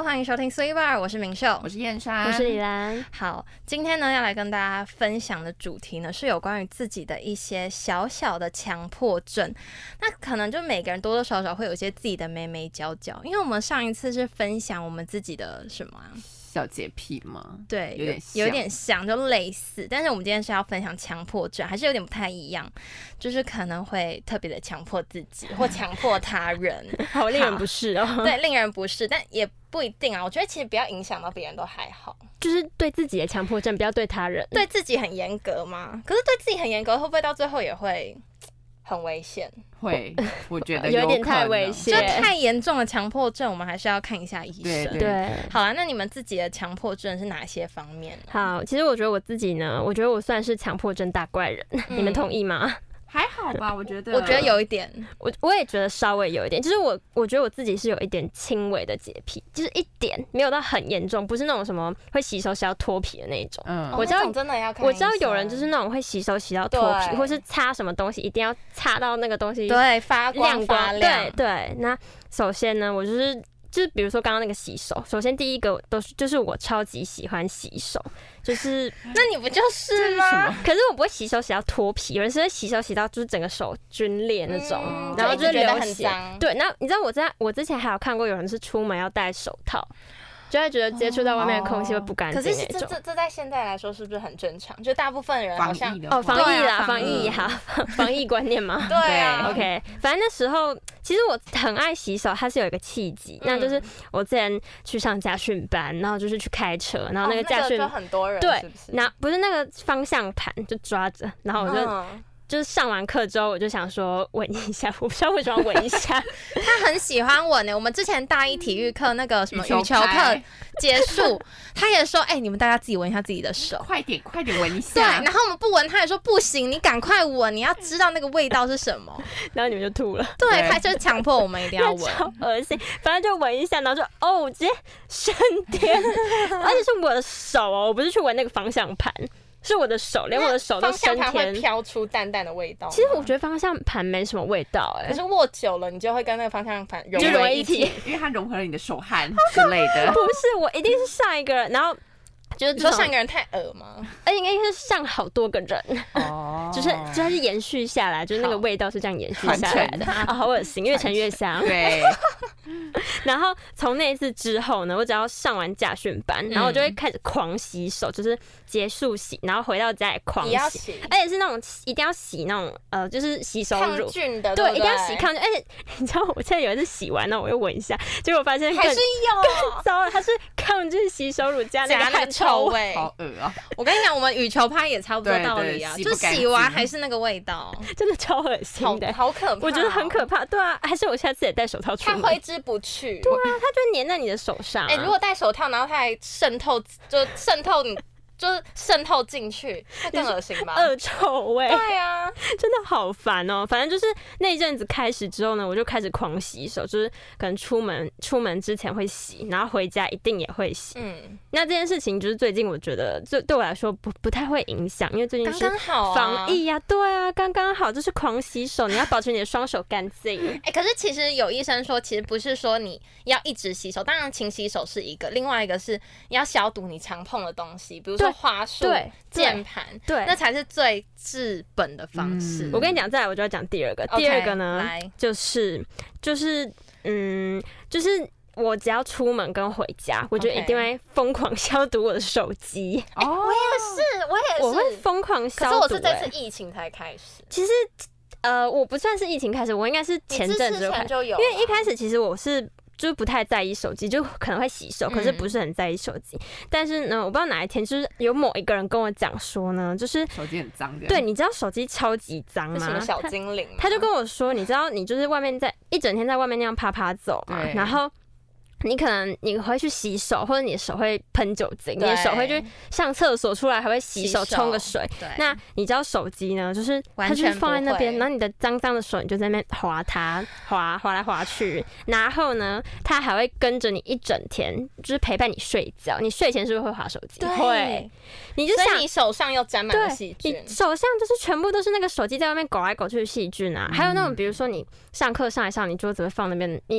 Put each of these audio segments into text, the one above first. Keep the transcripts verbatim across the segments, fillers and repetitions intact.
Hello， 欢迎收听 Sweet Bar， 我是明秀， 我是燕莎， 我是李兰。 好，今天呢要来跟大家分享的主题呢是有关于自己的一些小小的强迫症。那可能就每个人多多少少会有一些自己的眉眉角角，因为我们上一次是分享我们自己的什么啊？ 小洁癖吗？ 对， 有点像有点像，就类似。但是我们今天是要分享强迫症，还是有点不太一样，就是可能会特别的强迫自己或强迫他人， 好令人不适哦。 对，令人不适，但也不一定啊。我觉得其实不要影响到别人都还好， 就是对自己的强迫症，不要对他人。 对自己很严格吗？可是对自己很严格，会不会到最后也会很危险？ 会，我觉得有点太危险， 就太严重的强迫症，我们还是要看一下医生。 对对对， 好啦，那你们自己的强迫症是哪些方面呢？ 好，其实我觉得我自己呢，我觉得我算是强迫症大怪人，嗯、你们同意吗？ 还好吧，我觉得， 我觉得有一点， 我我也觉得稍微有一点，就是我我觉得我自己是有一点轻微的洁癖，就是一点，没有到很严重，不是那种什么会洗手洗到脱皮的那种。 嗯， 我知道真的要看， 我知道有人就是那种会洗手洗到脱皮，或是擦什么东西一定要擦到那个东西对发光亮光发亮， 对对。那首先呢，我就是。就是比如说刚刚那个洗手，首先第一个都是就是我超级喜欢洗手，就是那你不就是吗？ 可是我不会洗手洗到脱皮，有人是会洗手洗到就是整个手皲裂那种， 嗯、 然后就流血。对，那你知道我在我之前还有看过有人是出门要戴手套。就会觉得接触到外面的空气会不干净那种。 可是这这这在现在来说是不是很正常？就大部分人好像哦，防疫啦，防疫好，防疫观念嘛。 对啊 ，OK， 反正那时候其实我很爱洗手，它是有一个契机，那就是我之前去上家训班，然后就是去开车，然后那个家训就很多人对，那不是那个方向盘就抓着，然后我就。就是上完课之后，我就想说闻一下，我不知道为什么要闻一下。 他很喜欢闻呢。我们之前大一体育课那个什么羽球课结束，他也说：“哎、欸，你们大家自己闻一下自己的手， 快点，快点闻一下。” 对，然后我们不闻，他也说不行，你赶快闻，你要知道那个味道是什么。 然后你们就吐了。 对，他就是强迫我们一定要闻， 超恶心。反正就闻一下，然后就哦，直接升天，而且是我的手哦，我不是去闻那个方向盘。是我的手，连我的手都升天。 方向盘会飘出淡淡的味道。 其实我觉得方向盘没什么味道、欸，哎， 可是握久了，你就会跟那个方向盘融为一体， 因为它融合了你的手汗之类的。 不是，我一定是上一个人，然后就是你说上一个人太恶吗？ 而且应该是上好多个人， 哦， 就是就它是延续下来，就是那个味道是这样延续下来的啊、哦，好恶心，越陈越香。 对。 然后从那一次之后呢，我只要上完驾训班，然后我就会开始狂洗手，就是结束洗，然后回到家也狂洗， 洗而且是那种一定要洗那种呃，就是洗手乳， 抗菌的， 对， 对， 一定要洗抗菌。而且你知道，我现在有一次洗完，那我又闻一下，结果发现还是有更糟了，它是抗菌洗手乳加那个汗臭味， 好恶啊！ 我跟你讲，我们羽球拍也差不多道理啊，就洗完还是那个味道， 真的超恶心的， 好可怕， 我觉得很可怕。对啊，还是我下次也戴手套出门， 它挥之不去。 对啊，它就粘在你的手上、啊。 哎、欸，如果戴手套，然后它还渗透，就渗透你，就是渗透进去，那更恶心吧？ 恶臭味。 对啊， 真的好烦哦。反正就是那一阵子开始之后呢，我就开始狂洗手，就是可能出门出门之前会洗，然后回家一定也会洗。嗯，那这件事情就是最近我觉得对对我来说不不太会影响，因为最近是防疫呀、啊，对啊，刚刚好，就是狂洗手，你要保持你的双手干净。 哎、欸，可是其实有医生说，其实不是说你要一直洗手，当然勤洗手是一个，另外一个是你要消毒你常碰的东西，比如说花束、键盘，对，那才是最治本的方式。 嗯、我跟你讲，再来我就要讲第二个， okay, 第二个呢，就是就是嗯，就是我只要出门跟回家，我就一定会疯狂消毒我的手机。 哦、欸，我也是，我也是， 我会疯狂消毒、欸。 可是我是这次疫情才开始。 其实。呃，我不算是疫情开始，我应该是前阵子就开始， 因为一开始其实我是就是不太在意手机，就可能会洗手，可是不是很在意手机。嗯、但是呢，我不知道哪一天就是有某一个人跟我讲说呢，就是手机很脏的。 对，你知道手机超级脏吗？ 什么小精灵？ 他就跟我说，你知道你就是外面在一整天在外面那样啪啪走嘛，然后。你可能你会去洗手，或者你的手会喷酒精，你的手会去上厕所出来还会洗手冲个水。那你知道手机呢，就是它就是放在那边，然后你的脏脏的手你就在那边滑它，滑滑来滑去，然后呢，它还会跟着你一整天，就是陪伴你睡觉。你睡前是不是会滑手机？会。你就想你手上又沾满了细菌， 你手上就是全部都是那个手机在外面搞来搞去的细菌啊。嗯、还有那种比如说你上课上来上，你桌子会放那边，你的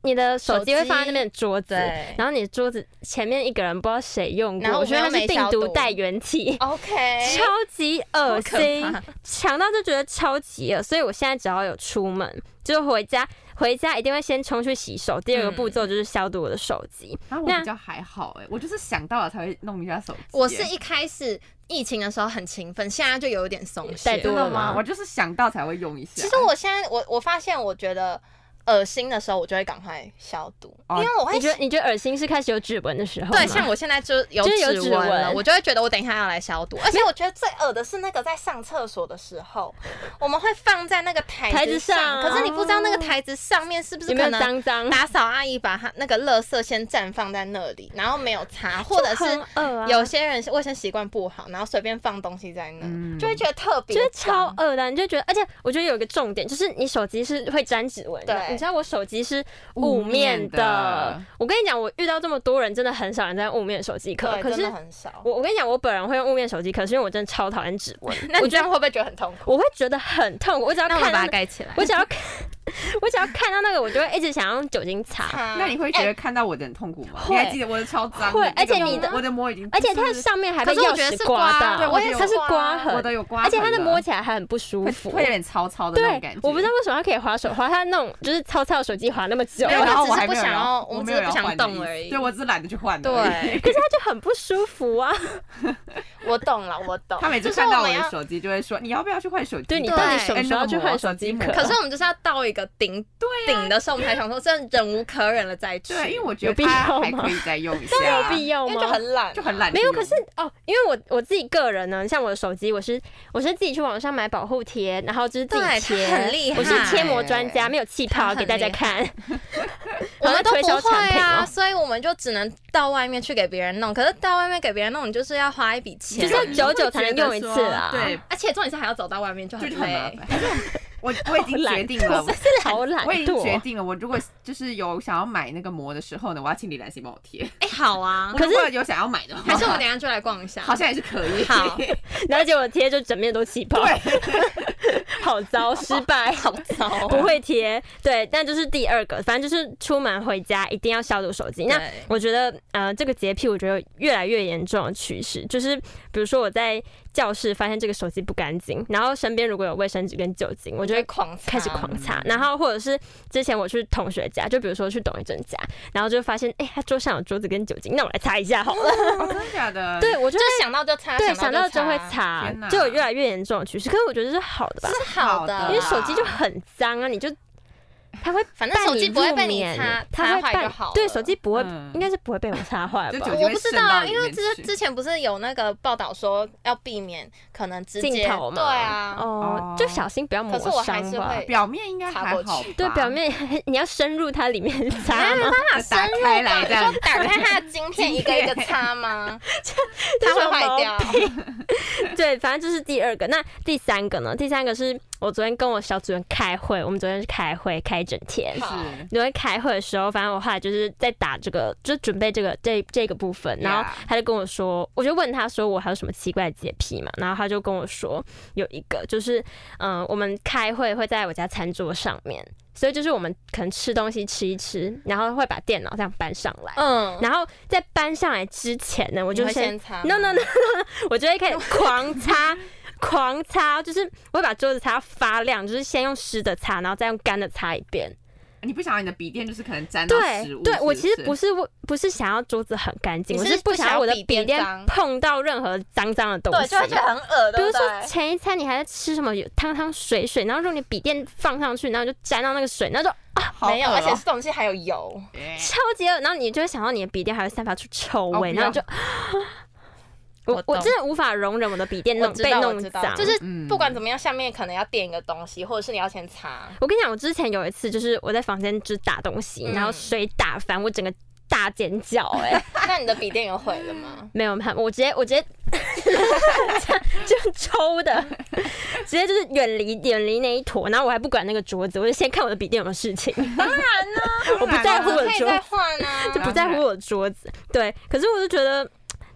你的手机会放在那边的桌子，然后你的桌子前面一个人不知道谁用过，我觉得它是病毒带原体 ，OK， 超级恶心，想到就觉得超级恶，所以我现在只要有出门，就回家。回家一定会先冲去洗手，第二个步骤就是消毒我的手机。 然后、嗯啊、我比较还好哎、欸，我就是想到了才会弄一下手机、欸。 我是一开始疫情的时候很勤奋，现在就有点松懈。 真的吗？ 我就是想到才会用一下。 其实我现在我我发现，我觉得恶心的时候，我就会赶快消毒，哦、因为我会你觉得你觉得恶心是开始有指纹的时候吗？ 对，像我现在就有指纹了，我就会觉得我等一下要来消毒。而且我觉得最恶的是那个在上厕所的时候，我们会放在那个台子上， 台子上可是你不知道那个台子上面是不是可能脏脏， 打扫阿姨把它那个垃圾先暂放在那里，然后没有擦，或者是有些人卫生习惯不好，然后随便放东西在那，嗯、就会觉得特别， 就是超恶的，你就觉得，而且我觉得有一个重点就是你手机是会沾指纹的， 对， 你知道我手机是。雾面的，我跟你讲，我遇到这么多人，真的很少人在雾面手机壳。可是很少。 我我跟你讲，我本人会用雾面手机壳，是因为我真的超讨厌指纹。 那你这样会不会觉得很痛苦？ 我会觉得很痛苦。我只要看到， 把它盖起来。 我只要看，我只要看到那个，我就会一直想用酒精擦。 那你会觉得看到我的很痛苦吗？你还记得我的超脏？ 会，而且你的我的膜已经， 而且它上面还被钥匙刮到， 对，我也它是刮痕， 我的有刮痕， 而且它的摸起来还很不舒服， 会有点糙糙的那种感觉。 我不知道为什么它可以滑手滑，它那种就是糙糙的手机滑那么久， 然后我还没有。 想要，我们只是不想动而已。 对，我只是懒得去换。 对， 可是它就很不舒服啊。 我懂了，我懂。 他每次看到我的手机就会说：“你要不要去换手机？” 对，你到底什么时候要去换手机壳？ 可是我们就是要到一个顶顶的时候，我们才想说，真的忍无可忍了再去。 对，因为我觉得它还可以再用一下。 有必要吗？ 就很懒， 就很懒。 没有，可是哦，因为我我自己个人呢，像我的手机，我是我是自己去网上买保护贴，然后就是自己贴， 很厉害。 我是贴膜专家，没有气泡给大家看。 我们都不会啊，所以我们就只能到外面去给别人弄。可是到外面给别人弄，你就是要花一笔钱， 就是要久久才能用一次啊。 对， 而且重点是还要走到外面，就很累。 我我已经决定了， 好懒惰， 我已经决定了。我如果就是有想要买那个膜的时候呢，我要请李兰心帮我贴。 哎，好啊。 可是有想要买的话， 还是我们等一下就来逛一下， 好像也是可以。 好， 然后结果贴就整面都气泡，好糟，失败， 好糟， 不会贴。对，但就是第二个，反正就是出门回家一定要消毒手机。那我觉得呃，这个洁癖我觉得越来越严重的趋势，就是比如说我在教室发现这个手机不干净，然后身边如果有卫生纸跟酒精，我就会狂开始狂擦。然后或者是之前我去同学家，就比如说去董一正家，然后就发现哎、欸，他桌上有桌子跟酒精，那我来擦一下好了。 哦，真的假的？ 对，我就想到就擦， 对，想到就会擦，就有越来越严重的趋势。可是我觉得是好的吧？ 是好的， 因为手机就很脏啊，你就。它会， 反正手机不会被你擦擦坏就好了。 对，手机不会，嗯、应该是不会被我擦坏吧？ 我不知道啊，因为之之前不是有那个报道说要避免可能直接镜头嘛？ 对啊， 哦，就小心不要磨伤吧。 表面应该还好， 对，表面你要深入它里面擦， 没有办法深入开来，这样打开它的晶片一个一个擦吗？它会坏掉。 对，反正这是第二个。那第三个呢？第三个是我昨天跟我小组员开会，我们昨天是开会开整天。 是， 昨天开会的时候，反正我后来就是在打这个，就准备这个这这个部分，然后他就跟我说，我就问他说我还有什么奇怪的洁癖嘛，然后他就跟我说有一个就是嗯、呃，我们开会会在我家餐桌上面。所以就是我们可能吃东西吃一吃，然后会把电脑这样搬上来，嗯，然后在搬上来之前呢，我就先擦 ，no no no， 我就会开始狂擦，狂擦，就是我会把桌子擦发亮，就是先用湿的擦，然后再用干的擦一遍。 你不想要你的笔电就是可能沾到食物？ 对，对我其实不是不是想要桌子很干净，我是不想要我的笔电碰到任何脏脏的东西， 对，就会觉得很恶的。 比如说前一餐你还在吃什么有汤汤水水，然后如果你笔电放上去，然后就沾到那个水，那就啊没有，而且这东西还有油， 超级恶，然后你就会想到你的笔电还会散发出臭味，然后就。我我真的无法容忍我的笔电弄被弄脏， 就是不管怎么样，下面可能要垫一个东西，或者是你要先擦。 我跟你讲，我之前有一次就是我在房间就是打东西，然后水打翻，我整个大尖叫哎、欸！ 那你的笔电有毁了吗？ 没有，我直接我直接就抽的，直接就是远离远离那一坨，然后我还不管那个桌子，我就先看我的笔电有没有事情。 当然呢， 我不在乎我的桌子， 换啊， 就不在乎我的桌子。对，可是我就觉得。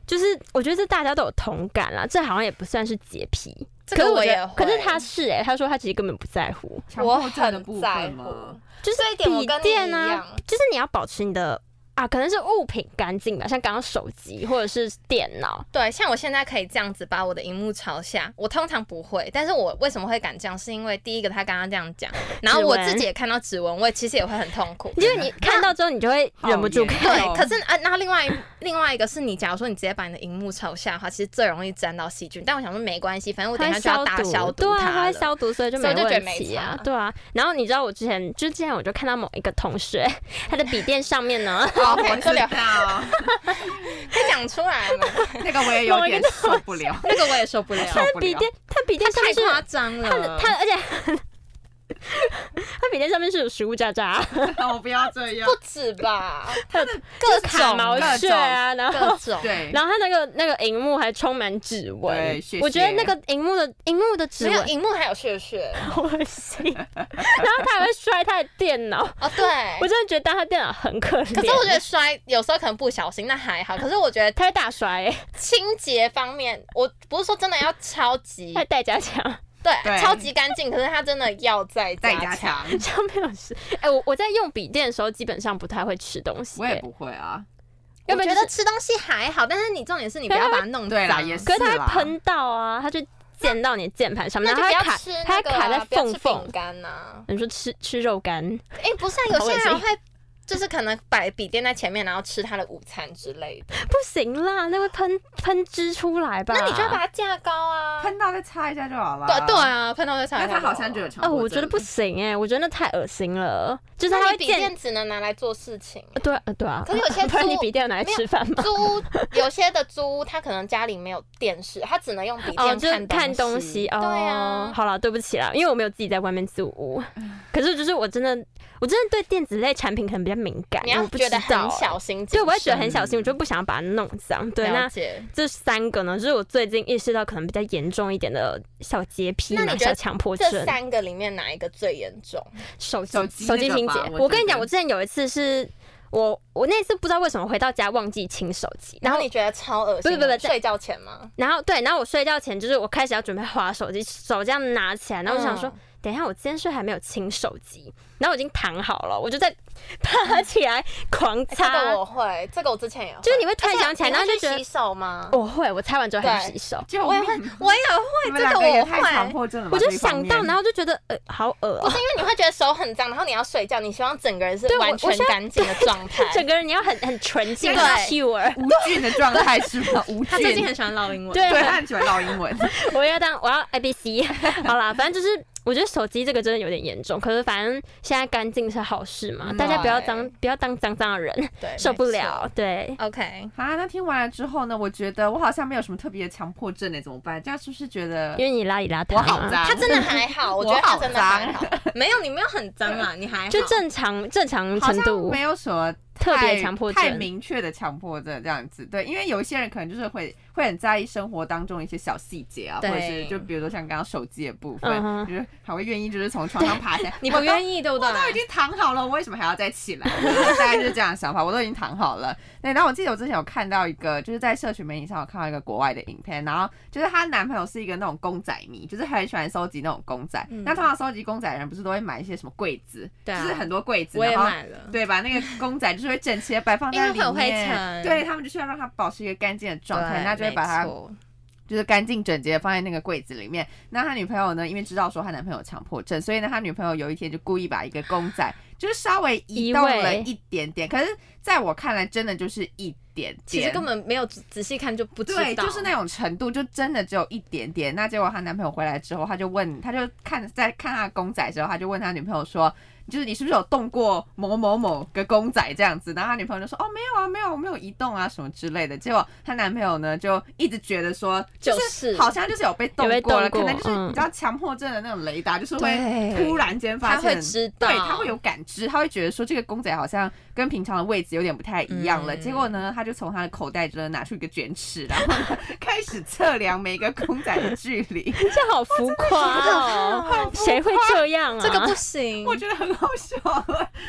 就是我觉得这大家都有同感啦，这好像也不算是洁癖。 这个我也会， 可是他是哎、欸，他说他其实根本不在乎。 我很在乎， 就是笔电啊，就是你要保持你的。啊，可能是物品干净吧，像刚刚手机或者是电脑。 对，像我现在可以这样子把我的荧幕朝下，我通常不会，但是我为什么会敢这样？是因为第一个他刚刚这样讲，然后我自己也看到指纹，我其实也会很痛苦， 因为你看到之后你就会忍不住看。 对，可是啊，然后另外另外一个是你，假如说你直接把你的荧幕朝下的话，其实最容易沾到细菌。但我想说没关系，反正我等一下就要大消毒它了， 对啊，它会消毒，所以就没问题啊。对啊，然后你知道我之前就之前我就看到某一个同学，他的笔电上面呢， 哦，我知道。 可以讲出来吗？ 那个我也有点受不了， 那个我也受不了。 他的笔电，他笔电上面是太夸张了， 他而且他笔电上面是有食物渣渣， 我不要这样， 不止吧？ 他的各种毛屑啊，然后对， 然后他那个那个荧幕还充满指纹，我觉得那个荧幕的荧幕的指纹， 没有荧幕还有屑屑， 好恶心。然后他还会摔他的电脑， 哦，对， 我真的觉得当他电脑很可怜。 可是我觉得摔有时候可能不小心，那还好。可是我觉得他会大摔、欸。 清洁方面，我不是说真的要超级， 他带加强。 对，超级干净，可是它真的要再加强。 这样没有事。哎、欸，我我在用笔电的时候，基本上不太会吃东西、欸。 我也不会啊。 我觉得吃东西还好，但是你重点是你不要把它弄脏。 对，也是。 可是它会喷到啊，它就溅到你的键盘上面， 然后它卡，它卡在缝缝。 饼干呐， 你说吃吃肉干？ 哎、欸，不是、啊，有些人会。就是可能摆笔电在前面，然后吃他的午餐之类的， 不行啦，那会喷喷汁出来吧？ 那你就要把它架高啊， 喷到再擦一下就好了。 对对啊，喷到再擦一下。 那他好像就有强迫症。 哦，我觉得不行哎、欸，我觉得那太恶心了。就是它笔电只能拿来做事情。 对啊，对啊。 可是有些不然你笔电拿来吃饭吗？ 租有些的租，他可能家里没有电视，他只能用笔电看看东西。哦， 对啊。 好了，对不起啦，因为我没有自己在外面租屋。可是就是我真的。我真的对电子类产品可能比较敏感， 你要觉得很小心， 对，我会觉得很小心，我就不想把它弄脏。对，那这三个呢，就是我最近意识到可能比较严重一点的小洁癖嘛，小强迫症。 这三个里面哪一个最严重？ 手机手机清洁。我跟你讲，我之前有一次是。我我那次不知道为什么回到家忘记清手机， 然后你觉得超恶心？不不不，睡觉前吗？ 然后对，然后我睡觉前就是我开始要准备滑手机，手这样拿起来，然后我想说，嗯、等一下我今天睡还没有清手机，然后我已经躺好了，我就在爬起来狂擦。 这个我会，这个我之前也会， 就是你会突然想起来，然后就觉得洗手吗？ 我会，我擦完之后还去洗手。 我也会，我也会，这个我会。 强迫症了， 我就想到，然后就觉得呃好恶哦、喔。 不是因为你会觉得手很脏，然后你要睡觉，你希望整个人是完全干净的状态， 整个人你要很很纯净、 对 pure 无菌的状态是吗？无菌。 他最近很喜欢唠英文， 对， 他很喜欢唠英文。 我要当我要 A B C， 好啦，反正就是。我觉得手机这个真的有点严重，可是反正现在干净是好事嘛，大家不要当不要当脏脏的人，受不了。对 ，OK， 好啊。那听完了之后呢，我觉得我好像没有什么特别的强迫症呢，怎么办？这样是不是觉得？ 因为你邋里邋遢， 我好脏， 他真的还好，我觉得他真的还好，没有你没有很脏啊，你还好就正常正常程度， 没有什么。 特别强迫症， 太明确的强迫症这样子，对，因为有一些人可能就是会会很在意生活当中一些小细节啊，或者是就比如说像刚刚手机的部分，嗯、就是还会愿意就是从床上爬起来， 你不愿意对不对？ 我都已经躺好了，我为什么还要再起来？大概就是这样的想法，我都已经躺好了。对，然后我记得我之前有看到一个，就是在社群媒体上有看到一个国外的影片，然后就是她男朋友是一个那种公仔迷，就是很喜欢收集那种公仔。嗯、那通常收集公仔的人不是都会买一些什么柜子， 对啊、 就是很多柜子， 我也买了， 对吧？那个公仔就是会整齐的摆放。 因为会有灰尘， 对他们就是要让它保持一个干净的状态，那就会把它就是干净整洁的放在那个柜子里面。那他女朋友呢，因为知道说他男朋友有强迫症，所以呢，他女朋友有一天就故意把一个公仔就是稍微移动了一点点，可是在我看来真的就是一点点， 其实根本没有仔细看就不知道， 对，就是那种程度，就真的只有一点点。那结果她男朋友回来之后，他就问，他就看在看他的公仔的时候，他就问他女朋友说。就是你是不是有动过某某某个公仔这样子？然后他女朋友就说哦没有啊没有我没有移动啊什么之类的。结果她男朋友呢就一直觉得说就是好像就是有被动过了，可能就是你知道强迫症的那种雷达，就是会突然间发现， 他会知道， 对，他会有感知，他会觉得说这个公仔好像跟平常的位置有点不太一样了。嗯、结果呢，他就从他的口袋中拿出一个卷尺，然后呢开始测量每个公仔的距离。 这好浮夸哦！谁会这样啊？ 这个不行， 我觉得很好笑。他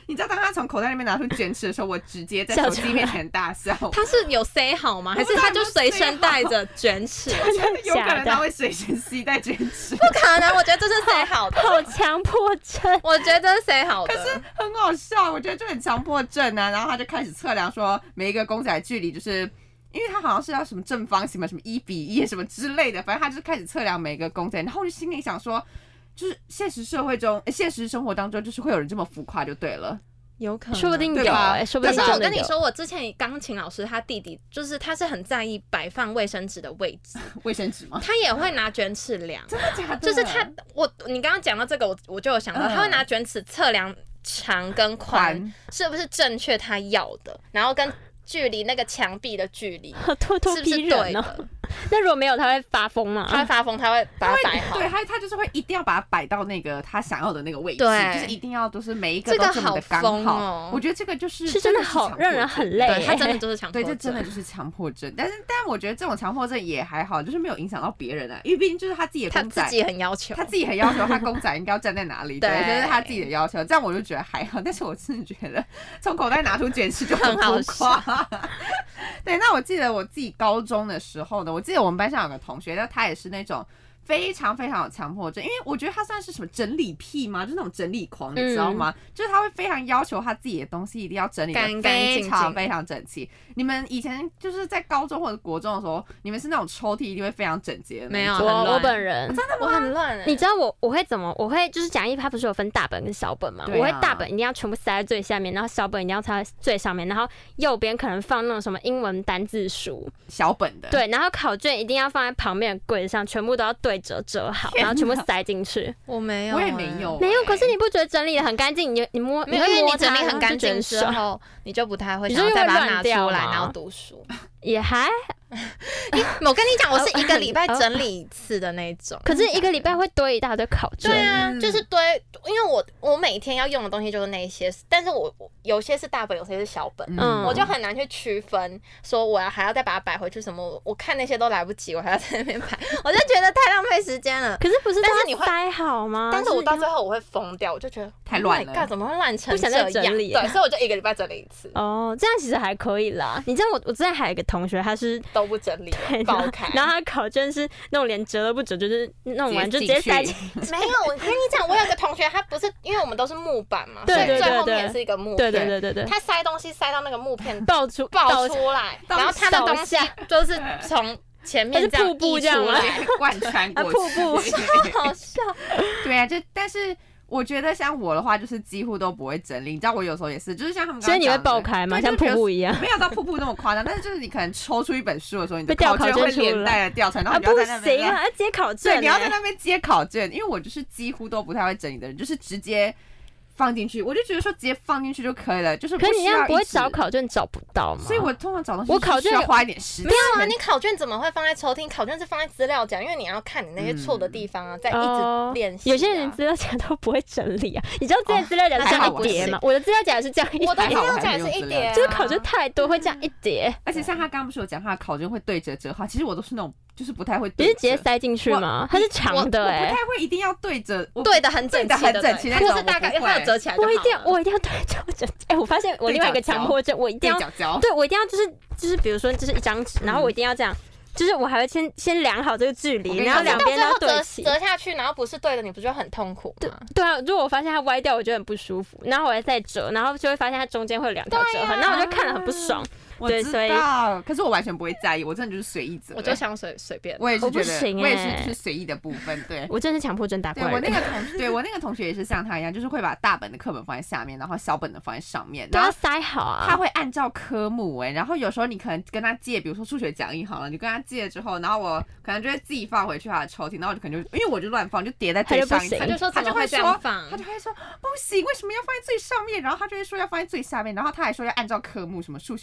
你知道当他从口袋里面拿出卷尺的时候，我直接在手机面前大笑。 他是有塞好吗？还是他就随身带着卷尺？ 有可能他会随身携带卷尺。 不可能，我觉得这是塞好的， 好强迫症。 我觉得塞好的， 可是很好笑，我觉得就很强迫症啊。然后他就开始测量说每一个公仔距离，就是因为他好像是要什么正方形嘛，什么一比一什么之类的，反正他就开始测量每一个公仔。然后我就心里想说，就是现实社会中、现实生活当中，就是会有人这么浮夸就对了。 有可能， 说不定有哎、欸，说不定真的有。 可是我跟你说，我之前钢琴老师他弟弟，就是他是很在意摆放卫生纸的位置。 卫生纸吗？ 他也会拿卷尺量。 真的假的？ 就是他，我你刚刚讲到这个，我我就有想到，嗯、他会拿卷尺测量长跟宽是不是正确他要的，然后跟距离那个墙壁的距离咄咄逼人哦。那如果没有，他会发疯吗？ 他会发疯，他会把它摆好。 对，他他就是会一定要把它摆到那个他想要的那个位置，就是一定要都是每一个都这么的刚好。这个好疯哦！我觉得这个就是是真的好让人很累， 对，他真的就是强迫症。 对，这真的就是强迫症。但是，但我觉得这种强迫症也还好，就是没有影响到别人啊，因为毕竟就是他自己的公仔， 他自己很要求， 他自己很要求他公仔应该要站在哪里，对，这是他自己的要求。这样我就觉得还好，但是我真的觉得从口袋拿出卷尺就很浮夸。对，那我记得我自己高中的时候呢，我记得我们班上有个同学，那他也是那种非常非常有强迫症，因为我觉得他算是什么整理癖吗？就是那种整理狂，你知道吗？嗯、就是他会非常要求他自己的东西一定要整理得非常非常整齐。你们以前就是在高中或者国中的时候，你们是那种抽屉一定会非常整洁的？ 没有， 我我本人、 啊、真的吗？ 我很乱、欸。你知道我我会怎么？我会就是讲义，它不是有分大本跟小本嘛？啊、我会大本一定要全部塞在最下面，然后小本一定要塞在最上面，然后右边可能放那种什么英文单字书， 小本的。 对，然后考卷一定要放在旁边的柜子上，全部都要对折折好。然后全部塞进去。 我没有、 欸，我也没有、欸， 没有。可是你不觉得整理的很干净？你你摸， 因为你整理很干净之后，你就不太会想要再把它拿出来，然后读书。 也还， 我跟你讲，我是一个礼拜整理一次的那种。 可是一个礼拜会堆一大堆考卷。 对啊，就是堆，因为我我每天要用的东西就是那些，但是我有些是大本，有些是小本，嗯，我就很难去区分，说我要还要再把它摆回去什么。我看那些都来不及，我还要在那边摆，我就觉得太浪费时间了。 可是不是， 但是你会塞好吗？ 但是我到最后我会疯掉，我就觉得太乱了， God, 怎么会乱成这样？ 不想再整理， 对，所以我就一个礼拜整理一次。 哦，这样其实还可以啦。你知道我我之前还有一个同学，他是都不整理，爆开， 然后他考卷是那种连折都不折，就是弄完就直接塞进去。没有，我跟你讲，我有个同学，他不是因为我们都是木板嘛，所以最后面也是一个木片。 对对对对对， 他塞东西塞到那个木片爆出爆出来，然后他的东西就是从前面这样溢出来， 贯穿过去， 瀑布， 好笑。 对啊，就但是。我觉得像我的话，就是几乎都不会整理。你知道我有时候也是，就是像他们刚刚讲的， 所以你会爆开吗？像瀑布一样？ 没有到瀑布那么夸张，但是就是你可能抽出一本书的时候，你的考卷会连带的掉出来，然后你要在那边、 啊、不行啊，要接考卷、欸。 对，你要在那边接考卷，因为我就是几乎都不太会整理的人，就是直接放进去，我就觉得说直接放进去就可以了，就是不需要。 可是你这样不会找考卷找不到吗？ 所以我通常找东西， 我考卷要花一点时间。 没有啊，你考卷怎么会放在抽屉？考卷是放在资料夹，因为你要看你那些错的地方啊，再、嗯、一直练习、啊。 有些人资料夹都不会整理啊，你知道之前资料夹是这样一叠吗？我的资料夹是这样一叠， 我的资料夹也是一叠、啊， 就是考卷太多会这样一叠。 而且像他刚刚不是有讲他的考卷会对折折号，其实我都是那种。就是不太会对折， 你是直接塞进去吗？它是长的哎、欸， 我不太会一定要对折， 对的很整齐， 很整齐， 或是大概因为它有折起来就好了。 我一定要，我一定要对折整。哎、欸，我发现我另外一个强迫症，我一定要， 对, 角角对我一定要就是就是，比如说这是一张纸，然后我一定要这样。就是我还会先先量好这个距离，然后两边都对齐， 折下去，然后不是对的，你不就很痛苦吗？ 对对啊，如果我发现它歪掉，我觉得很不舒服，然后我再折，然后就会发现它中间会有两条折痕，那、啊、我就看了很不爽。 对，所以可是我完全不会在意，我真的就是随意折。 我就想随随便， 我也是觉得， 我, 欸、 我也是就是随意的部分。对， 我真的是强迫症大怪人。 对我那个同，对我那个同学也是像他一样，就是会把大本的课本放在下面，然后小本的放在上面， 都要塞好啊。 他会按照科目哎、欸，然后有时候你可能跟他借，比如说数学讲义好了，你跟他借了之后，然后我可能就会自己放回去他的抽屉，然后我就可能就因为我就乱放，就叠在最上一层， 他就说他就会说， 他就会说不行，为什么要放在最上面？然后他就会说要放在最下面，然后他还说要按照科目，什么数学数学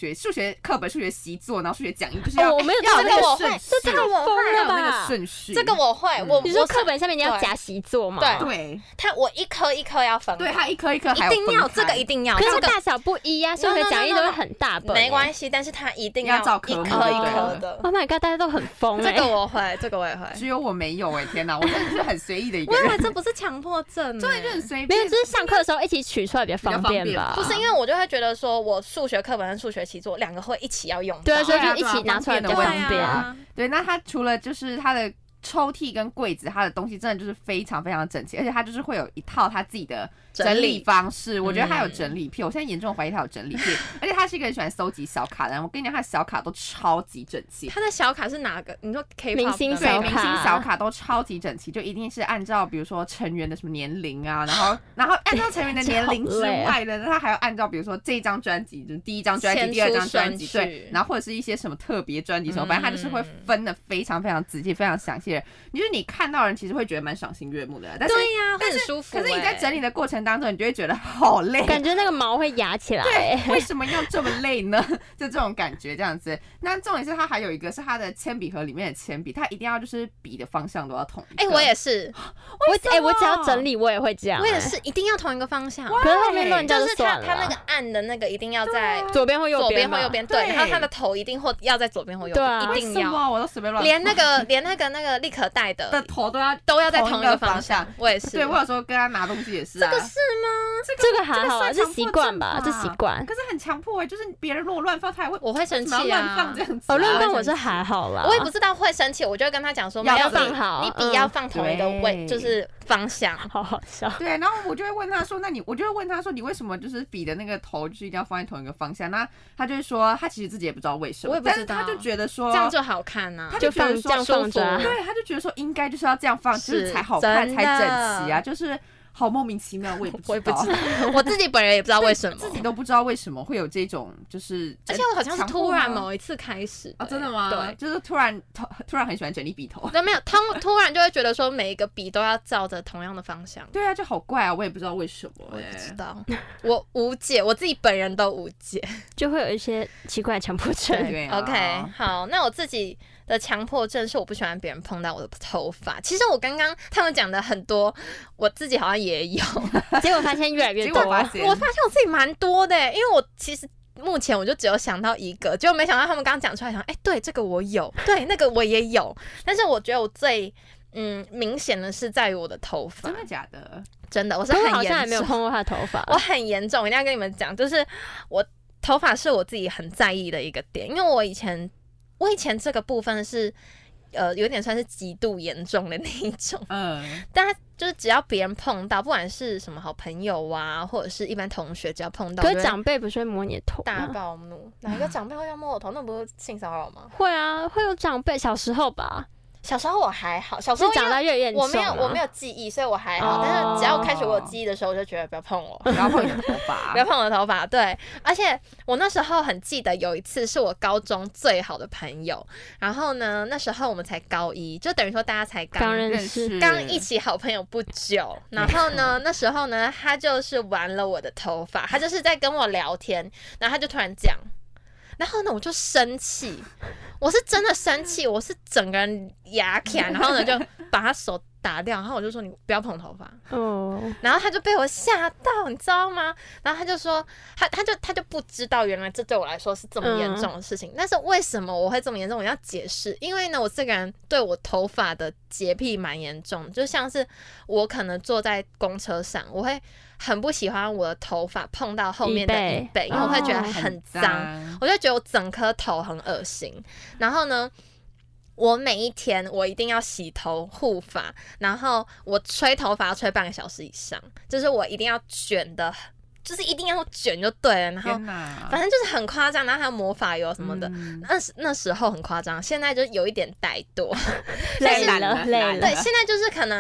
学课本、数学习作，然后数学讲义，就是要、 哦、我没有要这个我会， 这个我会了吧？ 那个顺序， 这个我会。我你说课本下面你要夹习作吗？ 对对， 它我一颗一颗要分， 对，它一颗一颗一定要这个一定要， 可是大小不一啊，数学讲义都会很大本， 没关系，但是它一定要照一颗一颗的。 Oh my god， 大家都很疯哎，这个我会，这个我也会， 只有我没有哎，天哪，我真的是很随意的一个人。 我以为这不是强迫症， 对，就很随便， 没有，就是上课的时候一起取出来比较方便吧？ 不是，因为我就会觉得说我数学课本跟数学习作两个会一起要用到， 对，所以就一起拿出来比较方便。 对，那它除了就是它的抽屉跟柜子，它的东西真的就是非常非常整齐，而且它就是会有一套它自己的整理方式。我觉得它有整理癖，我现在严重怀疑它有整理癖，而且他是一个很喜欢搜集小卡的人。我跟你讲，他的小卡都超级整齐。 他的小卡是哪个？你说 K-pop 明星小卡， 明星小卡都超级整齐，就一定是按照比如说成员的什么年龄啊，然后然后按照成员的年龄之外的，他还要按照比如说这一张专辑，就是第一张专辑、第二张专辑，对，然后或者是一些什么特别专辑什么，反正他就是会分的非常非常仔细、非常详细。就是你看到人其实会觉得蛮赏心悦目的，但是对呀、啊， 但是很舒服、欸。 可是你在整理的过程当中，你就会觉得好累， 感觉那个毛会压起来。 对，为什么要这么累呢？就这种感觉这样子。那重点是它还有一个是它的铅笔盒里面的铅笔，它一定要就是笔的方向都要同一个。 哎、欸，我也是， 我哎、欸，我只要整理我也会这样、欸， 我也是一定要同一个方向。 可是后面乱掉就就是它它那个按的那个一定要在左边或右边， 左边或右边，对。然后它的头一定或要在左边或右边， 啊、 一定要。 我都随便乱。 连那个连那个那个立可带的的头都要都要在同一个方向。我也是。 对，我有时候跟他拿东西也是、啊。 这个是吗？ 这个这个还好啊，这习惯吧，这习惯。 可是很强迫哎、欸，就是别人如果乱放，他也会， 我会生气啊。 乱放这样子、啊。 哦，乱放我是还好啦。 我也不知道会生气，我就会跟他讲说， 要放好， 你笔要放同一个位，嗯、就是方向。 好好笑。 对，然后我就会问他说，那你，我就会问他说，你为什么就是笔的那个头就是一定要放在同一个方向？那他就会说，他其实自己也不知道为什么， 我也不知道， 但是他就觉得说这样就好看啊， 他就觉得说这样放着， 对，他就觉得说应该就是要这样放，就是才好看才整齐啊，就是。好莫名其妙，我也不知道， 我也不知道，我自己本人也不知道为什么， 自己都不知道为什么会有这种，就是而且我好像是突然某一次开始， 啊，真的吗？ 对， 就是突然突然很喜欢整理笔头， 对，没有，突突然就会觉得说每一个笔都要照着同样的方向， 对啊，就好怪啊，我也不知道为什么， 我也不知道，我无解，我自己本人都无解， 就会有一些奇怪的强迫症。 对啊 ，OK， 好，那我自己的强迫症是我不喜欢别人碰到我的头发。其实我刚刚他们讲的很多，我自己好像也有， 结果发现越来越多。 我发现我自己蛮多的，因为我其实目前我就只有想到一个，结果没想到他们刚刚讲出来，想哎、欸，对，这个我有，对，那个我也有。但是我觉得我最嗯明显的是在于我的头发。 真的假的？ 真的，我是很严重， 我好像还没有碰过他的头发。 我很严重，我一定要跟你们讲，就是我头发是我自己很在意的一个点，因为我以前。我以前这个部分是，呃，有点算是极度严重的那一种，嗯，但他就是只要别人碰到，不管是什么好朋友啊，或者是一般同学，只要碰到， 可是长辈不是会摸你的头吗？ 大暴怒，哪一个长辈会要摸我头？那不是性骚扰吗？ 会啊，会有长辈，小时候吧。 小时候我还好，小时候长大越严重， 我没有我没有记忆，所以我还好。Oh. 但是只要开始我有记忆的时候，我就觉得不要碰我， 不要碰你的头发， 不要碰我的头发。对，而且我那时候很记得有一次是我高中最好的朋友，然后呢，那时候我们才高一，就等于说大家才刚认识， 刚一起好朋友不久。然后呢，那时候呢，他就是玩了我的头发，他就是在跟我聊天，然后他就突然讲。然后呢，我就生气，我是真的生气，我是整个人牙起来，然后呢就把他手打掉，然后我就说你不要碰头发，哦，然后他就被我吓到，你知道吗？然后他就说他他就他就不知道原来这对我来说是这么严重的事情，嗯、但是为什么我会这么严重？我要解释，因为呢，我这个人对我头发的洁癖蛮严重，就像是我可能坐在公车上，我会。很不喜欢我的头发碰到后面的椅背，因为我会觉得很脏，哦、我就觉得我整颗头很恶心。然后呢，我每一天我一定要洗头护发，然后我吹头发要吹半个小时以上，就是我一定要卷的。就是一定要卷就对了，然后反正就是很夸张，然后还有抹发油什么的。嗯、那那时候很夸张，现在就有一点怠惰， 累了累了。 对，现在就是可能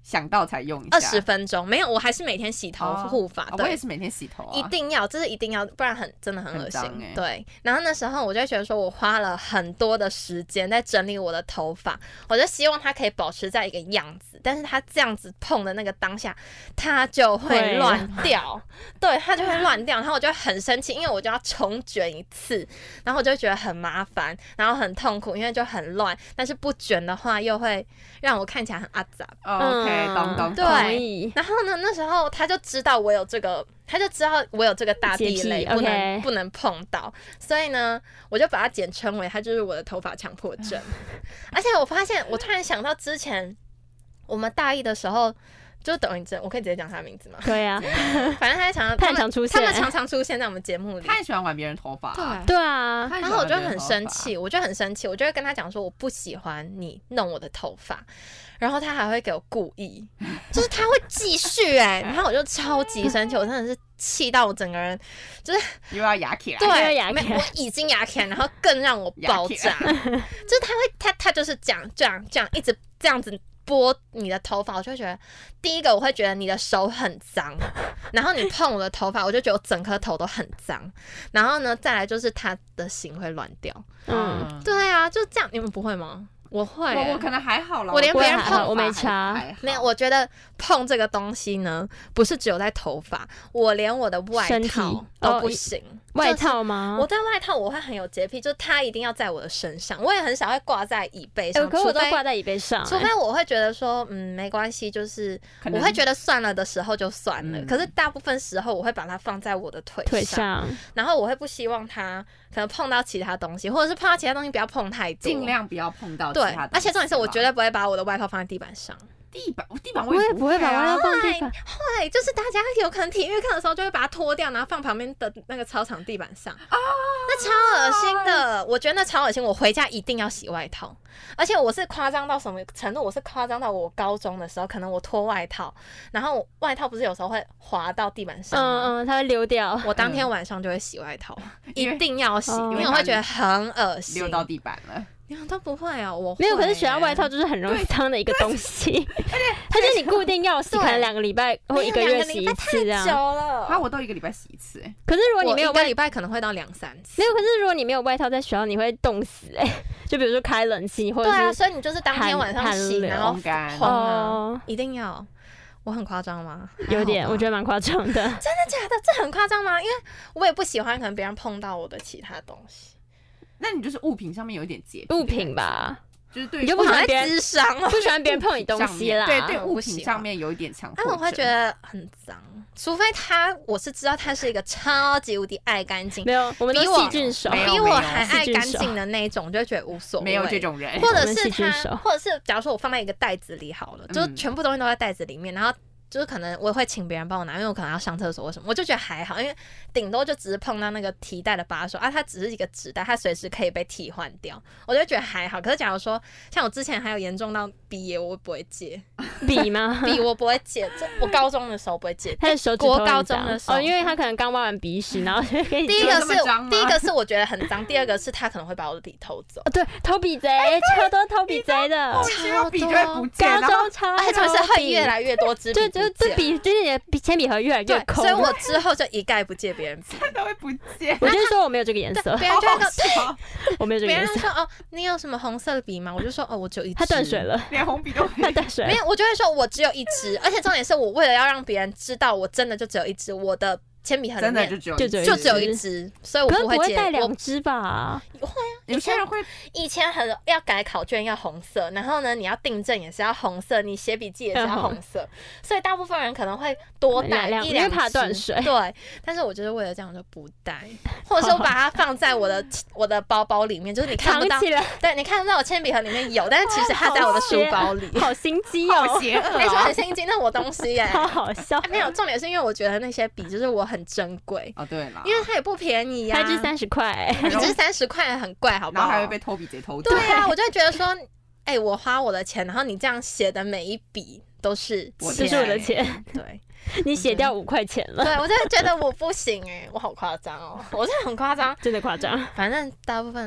想到才用一下？ 二十分钟没有，我还是每天洗头护发、 哦。我也是每天洗头、啊， 一定要，这是一定要，不然很真的很恶心、 欸。 对，然后那时候我就觉得说，我花了很多的时间在整理我的头发，我就希望它可以保持在一个样子，但是它这样子碰的那个当下，它就会乱掉，对，它就会乱掉，然后我就很生气，因为我就要重卷一次，然后我就觉得很麻烦，然后很痛苦，因为就很乱，但是不卷的话又会让我看起来很阿杂。 哦 OK， 懂懂对。然后呢，那时候他就知道我有这个，他就知道我有这个大地雷，不能、okay. 不能碰到，所以呢，我就把它简称为他就是我的头发强迫症。而且我发现，我突然想到之前我们大一的时候。就是董一正，我可以直接讲他的名字吗？ 对啊， 反正他常常他常出现， 他们常常出现在我们节目里。 他很喜欢玩别人头发、啊， 对对啊。 然后我就很生气，我就很生气，我就会跟他讲说我不喜欢你弄我的头发，然后他还会给我故意，就是他会继续哎、欸，然后我就超级生气，我真的是气到我整个人就是又要牙起来， 对， 又牙起来， 我已经牙起来，然后更让我爆炸，就是他会他他就是这样这样这样一直这样子。拨你的头发，我就会觉得，第一个我会觉得你的手很脏，然后你碰我的头发，我就觉得我整颗头都很脏，然后呢，再来就是它的型会乱掉。嗯，对啊，就这样，你们不会吗？我会、欸， 我我可能还好啦， 我连别人碰我没差， 没有。我觉得碰这个东西呢，不是只有在头发，我连我的外套都不行。哦外套吗？ 就是、我对外套我会很有洁癖，就是它一定要在我的身上，我也很少会挂在椅背上。 欸、可是我都挂在椅背上、欸， 除非我会觉得说，嗯，没关系，就是我会觉得算了的时候就算了。可是大部分时候我会把它放在我的腿上， 腿上然后我会不希望它可能碰到其他东西，或者是碰到其他东西不要碰太多， 尽量不要碰到其他东西。 对，而且重点是我绝对不会把我的外套放在地板上。 地板，地板我也不会把外套放地板。 会，就是大家有可能体育课的时候就会把它脱掉，然后放旁边的那个操场地板上。啊，那超恶心的，我觉得那超恶心。我回家一定要洗外套，而且我是夸张到什么程度？我是夸张到我高中的时候，可能我脱外套，然后我外套不是有时候会滑到地板上吗？ 嗯嗯，它会溜掉。 我当天晚上就会洗外套，嗯、一定要洗，因为我会觉得很恶心。 溜到地板了。 你们都不会哦，我会没有。可是学校外套就是很容易脏的一个东西，而且它就是你固定要洗，可能两个礼拜或一个月洗一次这样。 太久了， 啊，我都一个礼拜洗一次哎。 可是如果你没有一个礼拜可能会到两三次。 没有，可是如果你没有外套在学校，你会冻死哎、欸。就比如说开冷气或者是对啊，所以你就是当天晚上洗，然后干烘啊，一定要。我很夸张吗？ 有点，我觉得蛮夸张的。真的假的？这很夸张吗？因为我也不喜欢可能别人碰到我的其他东西。 那你就是物品上面有一点洁癖， 物品吧， 就是对， 你就不喜欢别人智商， 不喜欢别人碰你东西啦。 对对，物品上面有一点强迫症， 但我会觉得很脏，除非他，我是知道他是一个超级无敌爱干净， 没有，我们都细菌手， 比我还爱干净的那种，就会觉得无所谓， 没有这种人， 或者是他，或者是假如说我放在一个袋子里好了，就是全部东西都在袋子里面，然后。就是可能我会请别人帮我拿，因为我可能要上厕所或什么，我就觉得还好，因为顶多就只是碰到那个提袋的把手啊，它只是一个纸袋，它随时可以被替换掉，我就觉得还好。可是假如说像我之前还有严重到毕业，我会不会借笔吗？ 笔我不会借，这我高中的时候不会借， 他的手指头国高中的时候， 哦，因为他可能刚挖完鼻屎，然后就给你。 第一个是第一个是我觉得很脏，第二个是他可能会把我的笔偷走。 哦，对，偷笔贼，超多偷笔贼的， 超笔就会不见， 高中超， 而且就是会越来越多支笔， 就就这笔就是你的铅笔盒越来越空， 所以我之后就一概不借别人笔， 真的会不借。 我就是说我没有这个颜色， 别人就会说， 我没有这个颜色。 别人说哦，你有什么红色的笔吗？我就说哦，我只有一支。 它断水了， 连红笔都它断水了。 没有，我就会说我只有一支，而且重点是我为了要让别人知道我真的就只有一支，我的铅笔盒里面就只有就就只有一支，所以我不会借。 带两支吧？ 会啊， 有些人会。 以前很要改考卷要红色，然后呢，你要订正也是要红色，你写笔记也是要红色，所以大部分人可能会多带一两支， 怕断水。 对，但是我就是为了这样就不带，或者说把它放在我的我的包包里面，就是你看不到，对，你看不到我铅笔盒里面有，但是其实它在我的书包里。 好心机哦， 好邪恶， 没错，很心机，那我东西耶， 好好笑。 没有，重点是因为我觉得那些笔就是我很珍贵哦，对啦， 因为它也不便宜呀， 它一支三十块， 一支三十块很贵，好不好？ 然后还会被偷笔贼偷走。 对啊，我就会觉得说，哎、欸，我花我的钱，然后你这样写的每一笔都是都是我的钱， 对， 你写掉五块钱了。 对，我就觉得我不行哎、欸，我好夸张哦，我真的很夸张， 真的夸张。 反正大部分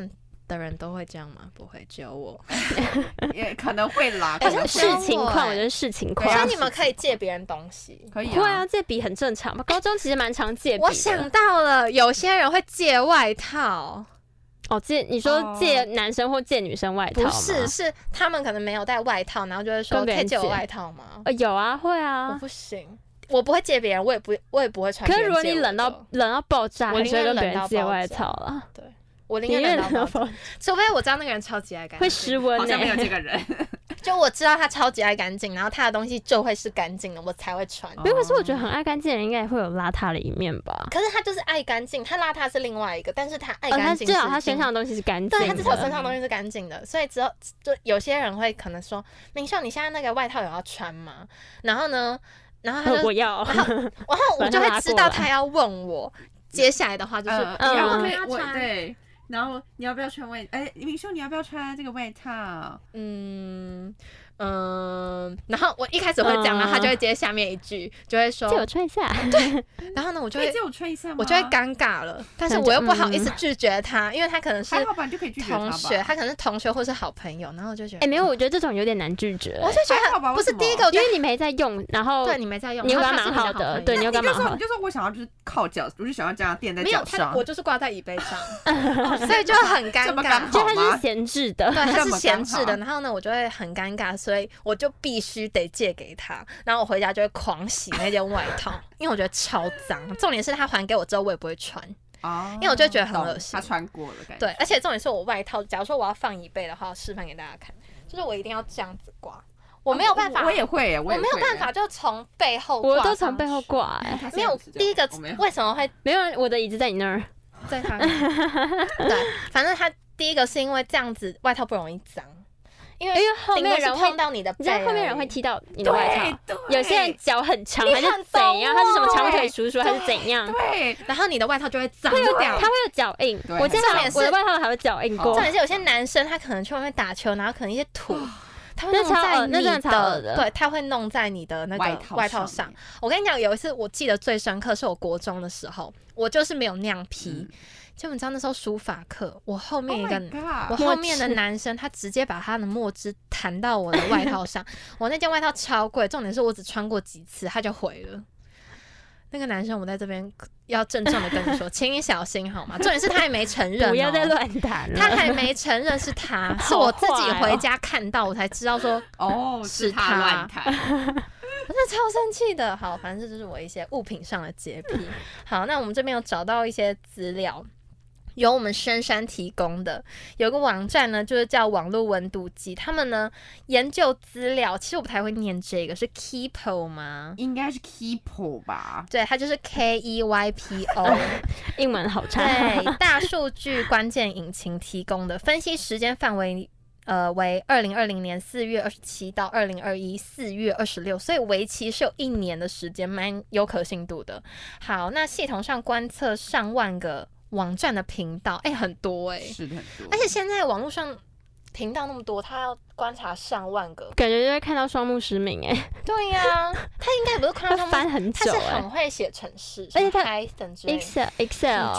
的人都会这样吗？不会，只有我。 也可能会啦， 可是视情况，我觉得视情况。 所以你们可以借别人东西， 可以啊， 会啊，借笔很正常嘛。高中其实蛮常借笔的。 我想到了，有些人会借外套。 哦，借你说借男生或借女生外套吗？ 不是，是他们可能没有带外套，然后就会说可以借我外套吗？ 呃，有啊，会啊。 我不行，我不会借别人，我也不，我也不会穿。 可是如果你冷到冷到爆炸， 我宁愿跟别人借外套了。 对，我宁愿冷到爆炸，除非我知道那个人超级爱干净， 会失温。 好像没有这个人。 就我知道他超级爱干净，然后他的东西就会是干净的，我才会穿。 因为可是我觉得很爱干净的人应该也会有邋遢的一面吧。 可是他就是爱干净，他邋遢是另外一个，但是他爱干净。 至少他身上的东西是干净的。 对，他至少身上的东西是干净的，所以只有就有些人会可能说：“明秀，你现在那个外套有要穿吗？”然后呢，然后他就我要， 然后然后我就会知道他要问我接下来的话就是， 嗯，然后我对。然后你要不要穿外？哎，明秀，你要不要穿这个外套？ 嗯嗯，然后我一开始会讲，然后他就会接下面一句，就会说借我穿一下。 对，然后呢，我就会借我穿一下吗？ 我就会尴尬了，但是我又不好意思拒绝他，因为他可能是同学，他可能是同学或是好朋友，然后我就觉得， 哎，没有，我觉得这种有点难拒绝。 我就觉得不是第一个， 因为你没在用，然后对你没在用， 你又蛮好的，对你又蛮好。 你就说我想要就是靠脚，我就想要这样垫在脚上， 我就是挂在椅背上，所以就很尴尬， 就它是闲置的， 对，它是闲置的。然后呢，我就会很尴尬，所以我就必须得借给他。然后我回家就会狂洗那件外套，因为我觉得超脏。重点是他还给我之后，我也不会穿，哦、因为我就觉得很恶心。 他穿过了，感觉对，而且重点是我外套，假如说我要放椅背的话，我示范给大家看，就是我一定要这样子挂。我没有办法， 我也会，我没有办法，就从背后挂， 我都从背后挂，哎， 没有。第一个为什么会没有？我的椅子在你那儿， 在他对，反正他第一个是因为这样子外套不容易脏，因为因为后面人碰到你的， 你知道后面人会踢到你的外套，有些人脚很长还是怎样，他是什么长腿叔叔还是怎样， 对， 然后你的外套就会脏掉， 他会有脚印。我经常我的外套还有脚印过， 重点是有些男生他可能去外面打球，然后可能一些土。他会弄在你的，对，他会弄在你的那个外套上。我跟你讲，有一次我记得最深刻，是我国中的时候，我就是没有那样披。就你知道那时候书法课，我后面一个，我后面的男生，他直接把他的墨汁弹到我的外套上。我那件外套超贵，重点是我只穿过几次，他就毁了。那个男生，我在这边要郑重的跟你说，请你小心好吗？重点是他还没承认、喔， 不要再乱谈了。 他还没承认是他，是我自己回家看到，我才知道说哦是他乱谈。 我真的超生气的。好，反正这就是我一些物品上的洁癖。好，那我们这边有找到一些资料。由我们深山提供的有一个网站呢，就是叫网络温度计，他们呢研究资料，其实我不太会念这个，是 Keepo 吗？ 应该是 Keepo 吧？ 对，它就是 K E Y P O， 英文好差。 对，大数据关键引擎提供的，分析时间范围。呃，为二零二零年四月二十七到二零二一四月二十六，所以为期是有一年的时间，蛮有可信度的。好，那系统上观测上万个网站的频道，哎、欸，很多哎、欸， 是的，很多。 而且现在网络上频道那么多，他要观察上万个， 感觉就会看到双目失明哎、欸。 对呀、啊，他应该也不是看到双目， 翻很久、欸， 他是很会写程式， 而且他 Excel Excel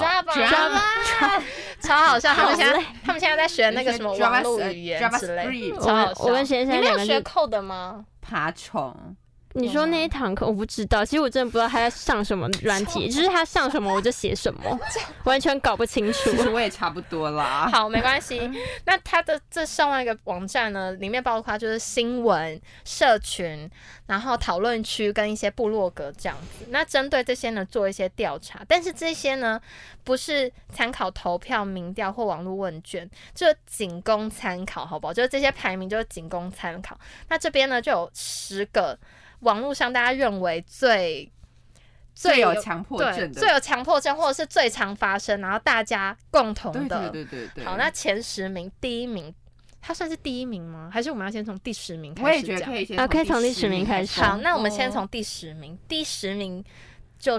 Java 超好笑。他们现在他们现在在学那个什么网络语言之类，超好笑。 我跟先生你没有学 code 吗？ 爬虫。 你说那一堂课我不知道，其实我真的不知道他在上什么软体，就是他上什么我就写什么，完全搞不清楚。 其实我也差不多啦。 好，没关系。那他的这上万个网站呢，里面包括就是新闻、社群，然后讨论区跟一些部落格这样子。那针对这些呢做一些调查，但是这些呢不是参考投票、民调或网络问卷，就仅供参考，好不好？就是这些排名就是仅供参考。那这边呢就有十个。网络上大家认为最最有强迫症的， 最有强迫症，或者是最常发生，然后大家共同的， 对对对对对。 好，那前十名，第一名，他算是第一名吗？还是我们要先从第十名开始讲？ 我也觉得可以先从第十名开始。 好，那我们先从第十名，第十名就是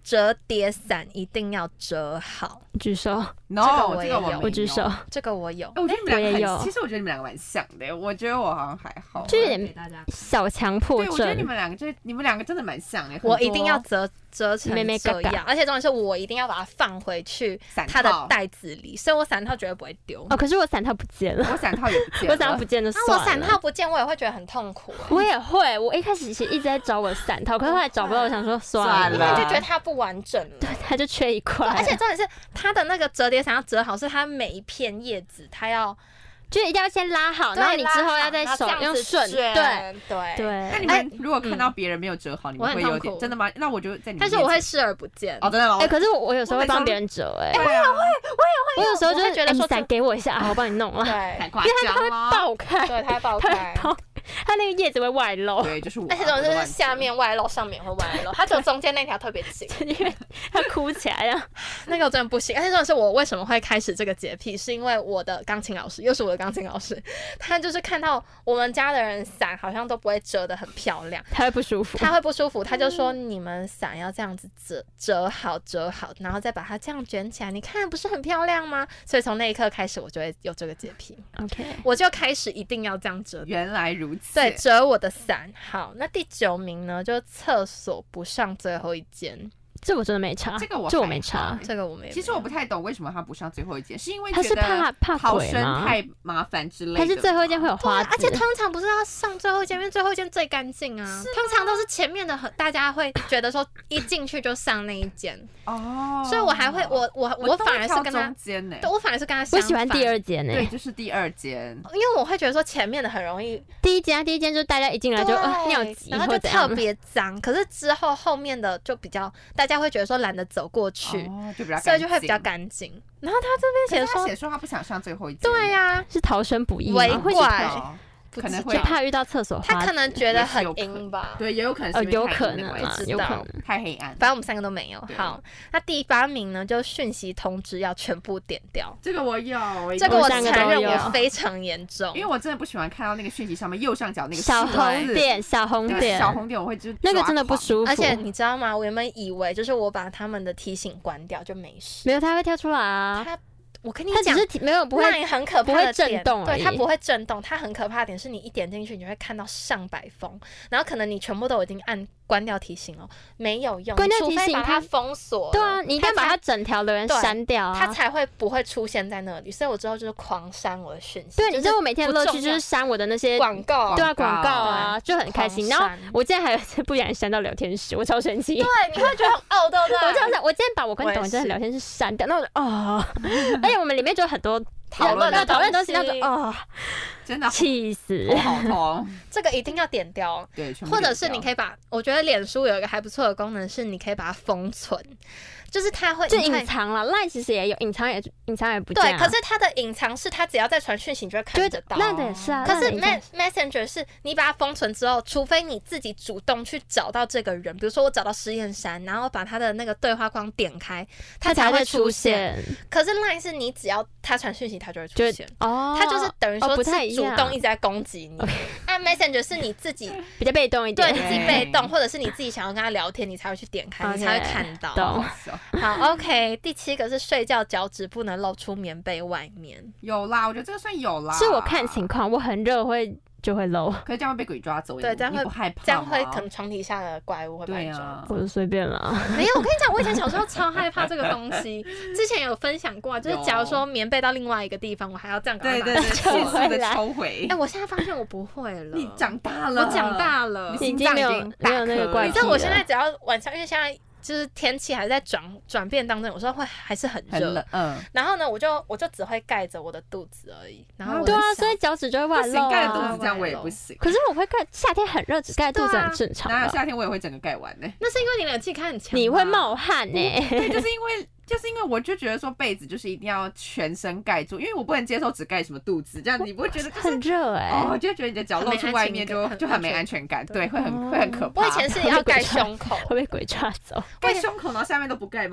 折叠伞一定要折好。 举手。 No， 这个我有， 我举手。 这个我有。 我觉得你们两个我也有很，其实我觉得你们两个蛮像的，我觉得我好像还好， 就有点小强迫对，我觉得症你。们两个就你们两个真的蛮像的。 我一定要折折成妹妹这嘎嘎样，而且重点是我一定要把它放回去伞套它的袋子里，所以我伞套绝对不会丢。 哦，可是我伞套不见了， 我伞套也不见了， 我伞套不见了， 那算了。 我伞套不见，我也会觉得很痛苦、欸。 我也会，我一开始其实一直在找我的伞套，可是后来找不到，我想说算了， 算了因为就觉得它不完整了。 对，它就缺一块， 而且重点是它的那个折叠伞要折好，是它每一片叶子它要就一定要先拉好，然后你之后要在手用顺，对对对。 那你们如果看到别人没有折好，你们会有我很痛苦点真的吗？那我就在你们但是我会视而不见。 哦，真的吗？ 哎，可是我我有时候会帮别人折，哎， 对啊， 我有时候就我会觉得说是伞给我一下，我帮你弄了， 对太夸因为它会张了。 爆开， 对，它会爆它开会。爆，它那个叶子会外露， 对，就是我。 而且重点是下面外露，上面会外露，它只有中间那条特别紧。 因为它哭起来了。 那个我真的不行。而且重点是我为什么会开始这个洁癖，是因为我的钢琴老师，又是我的钢琴老师，他就是看到我们家的人伞好像都不会折得很漂亮， 他会不舒服， 他会不舒服，他就说你们伞要这样子折折好折好，然后再把它这样卷起来，你看不是很漂亮吗？所以从那一刻开始，我就会有这个洁癖。 OK， 我就开始一定要这样折。 原来如此。 对，折我的伞。好，那第九名呢，就厕所不上最后一间。 这我真的没查， 这个我这我没查， 这个我没有。 其实我不太懂为什么他不上最后一间，是因为他是怕怕逃生鬼吗？ 太麻烦之类的。 还是最后一间会有花对啊，而且子？ 通常不是要上最后一间，因为最后一间最干净啊。通常都是前面的很，大家会觉得说一进去就上那一间。 哦， 所以我还会，我我我我反而是跟他， 中间呢， 对我反而是跟他相反。 我喜欢第二间呢， 对，就是第二间， 因为我会觉得说前面的很容易， 第一间第一间就是大家一进来就呃尿急然后就或怎样特别脏，可是之后后面的就比较，大家会觉得说懒得走过去， 哦，就比较所以就会比较干净。然后他这边写说， 写说他不想上最后一间， 对呀， 是逃生不易吗？ 围会怪哦可能就会怕遇到厕所花子， 他可能觉得很也是有可阴吧。 对，也有可能呃是因为有可太阴的能啦， 关系有可能。 太黑暗。 反正我们三个都没有。 对好，那第八名呢，就讯息通知要全部点掉。 这个我有， 这个我承三个都有认我非常严重， 因为我真的不喜欢看到那个讯息上面右上角那个小数字红点，小红对点， 小红点我会就是那个真的不舒服， 而且你知道吗？我原本以为就是我把他们的提醒关掉就没事， 没有它会跳出来啊。 他我跟你讲它只是，提没有不会 LINE 很可怕的不会震点动而已对，它不会震动，它很可怕的点是你一点进去，你会看到上百封，然后可能你全部都已经按关掉提醒哦，没有用， 关掉你除非提醒它把它封锁了， 对啊，你一定要把它才整条留言对删掉啊。 它才会不会出现在那里，所以我之后就是狂删我的讯息。 对， 就是你知道我每天的乐趣就不重要是删我的那些广告， 对啊广广告告啊，就很开心。然后狂删我竟然还有一次不小心删到聊天室，我超生气。 对，你会觉得很呕，对不对？ 我这样子，我今天把我跟我也董真的是聊天室删掉，那我就哦，而且我们里面就有很多讨论的讨论东西， 东西那个哦， 真的气死头。好痛。 这个一定要点掉。 对，全部或者是你可以以把，我觉得脸书有一个还不错的功能，是你可以把它封存，就是它会就你会隐藏了，LINE 其实也有隐藏，也隐藏也不见对， 啊可是它的隐藏是它只要在传讯息，你就会看得到。 那的也是啊。 可是那的隐 Mes Messenger 是你把它封存之后，除非你自己主动去找到这个人，比如说我找到施燕珊，然后把他的那个对话框点开，它才会它才会出出现。 现， 可是 Line 是你只要他传讯息，它就会出现。 哦， 它就是等于说哦不太是主一样动一直在攻击你，按 Messenger 是你自己比较被动一点， 对你自己被动，或者是你自己想要跟他聊天，你才会去点开，你才会看到。 懂好 ，OK， 第七个是睡觉脚趾不能露出棉被外面。 有啦，我觉得这个算有啦。 是我看情况，我很热会就会露， 可是这样会被鬼抓走， 对，这样会你不害怕吗？ 这样会可能床底下的怪物会把对啊你抓。 我就随便啦。 没有，我跟你讲，我以前小时候超害怕这个东西。之前有分享过，就是假如说棉被到另外一个地方，我还要这样赶快对对对， 把它抽迅速的回来抽回哎、。我现在发现我不会了。 你长大了， 我长大了。 你已经没有心脏已经大没有那个颗了怪癖你知道我了现在只要晚上，因为现在就是天气还在转转变当中，有时候会还是很热很冷，。嗯， 然后呢，我就我就只会盖着我的肚子而已。然后我对啊， 就想所以脚趾就会不外露行，盖着肚啊子。这样我也不行。 可是我会盖，夏天很热，只盖肚子很正常哪有的。 夏天我也会整个盖完呢？ 那是因为你冷气开很强， 你会。冒汗呢？ 对，就是因为就是因为我就觉得说被子就是一定要全身盖住，因为我不能接受只盖什么肚子，这样你不会觉得就是很热哎、 哦，就觉得你的脚露出外面就很没安全感就很没安全感，对，会很会很可怕。 我以前是要盖胸口， 会被鬼抓走。 盖胸口，然后下面都不盖吗？这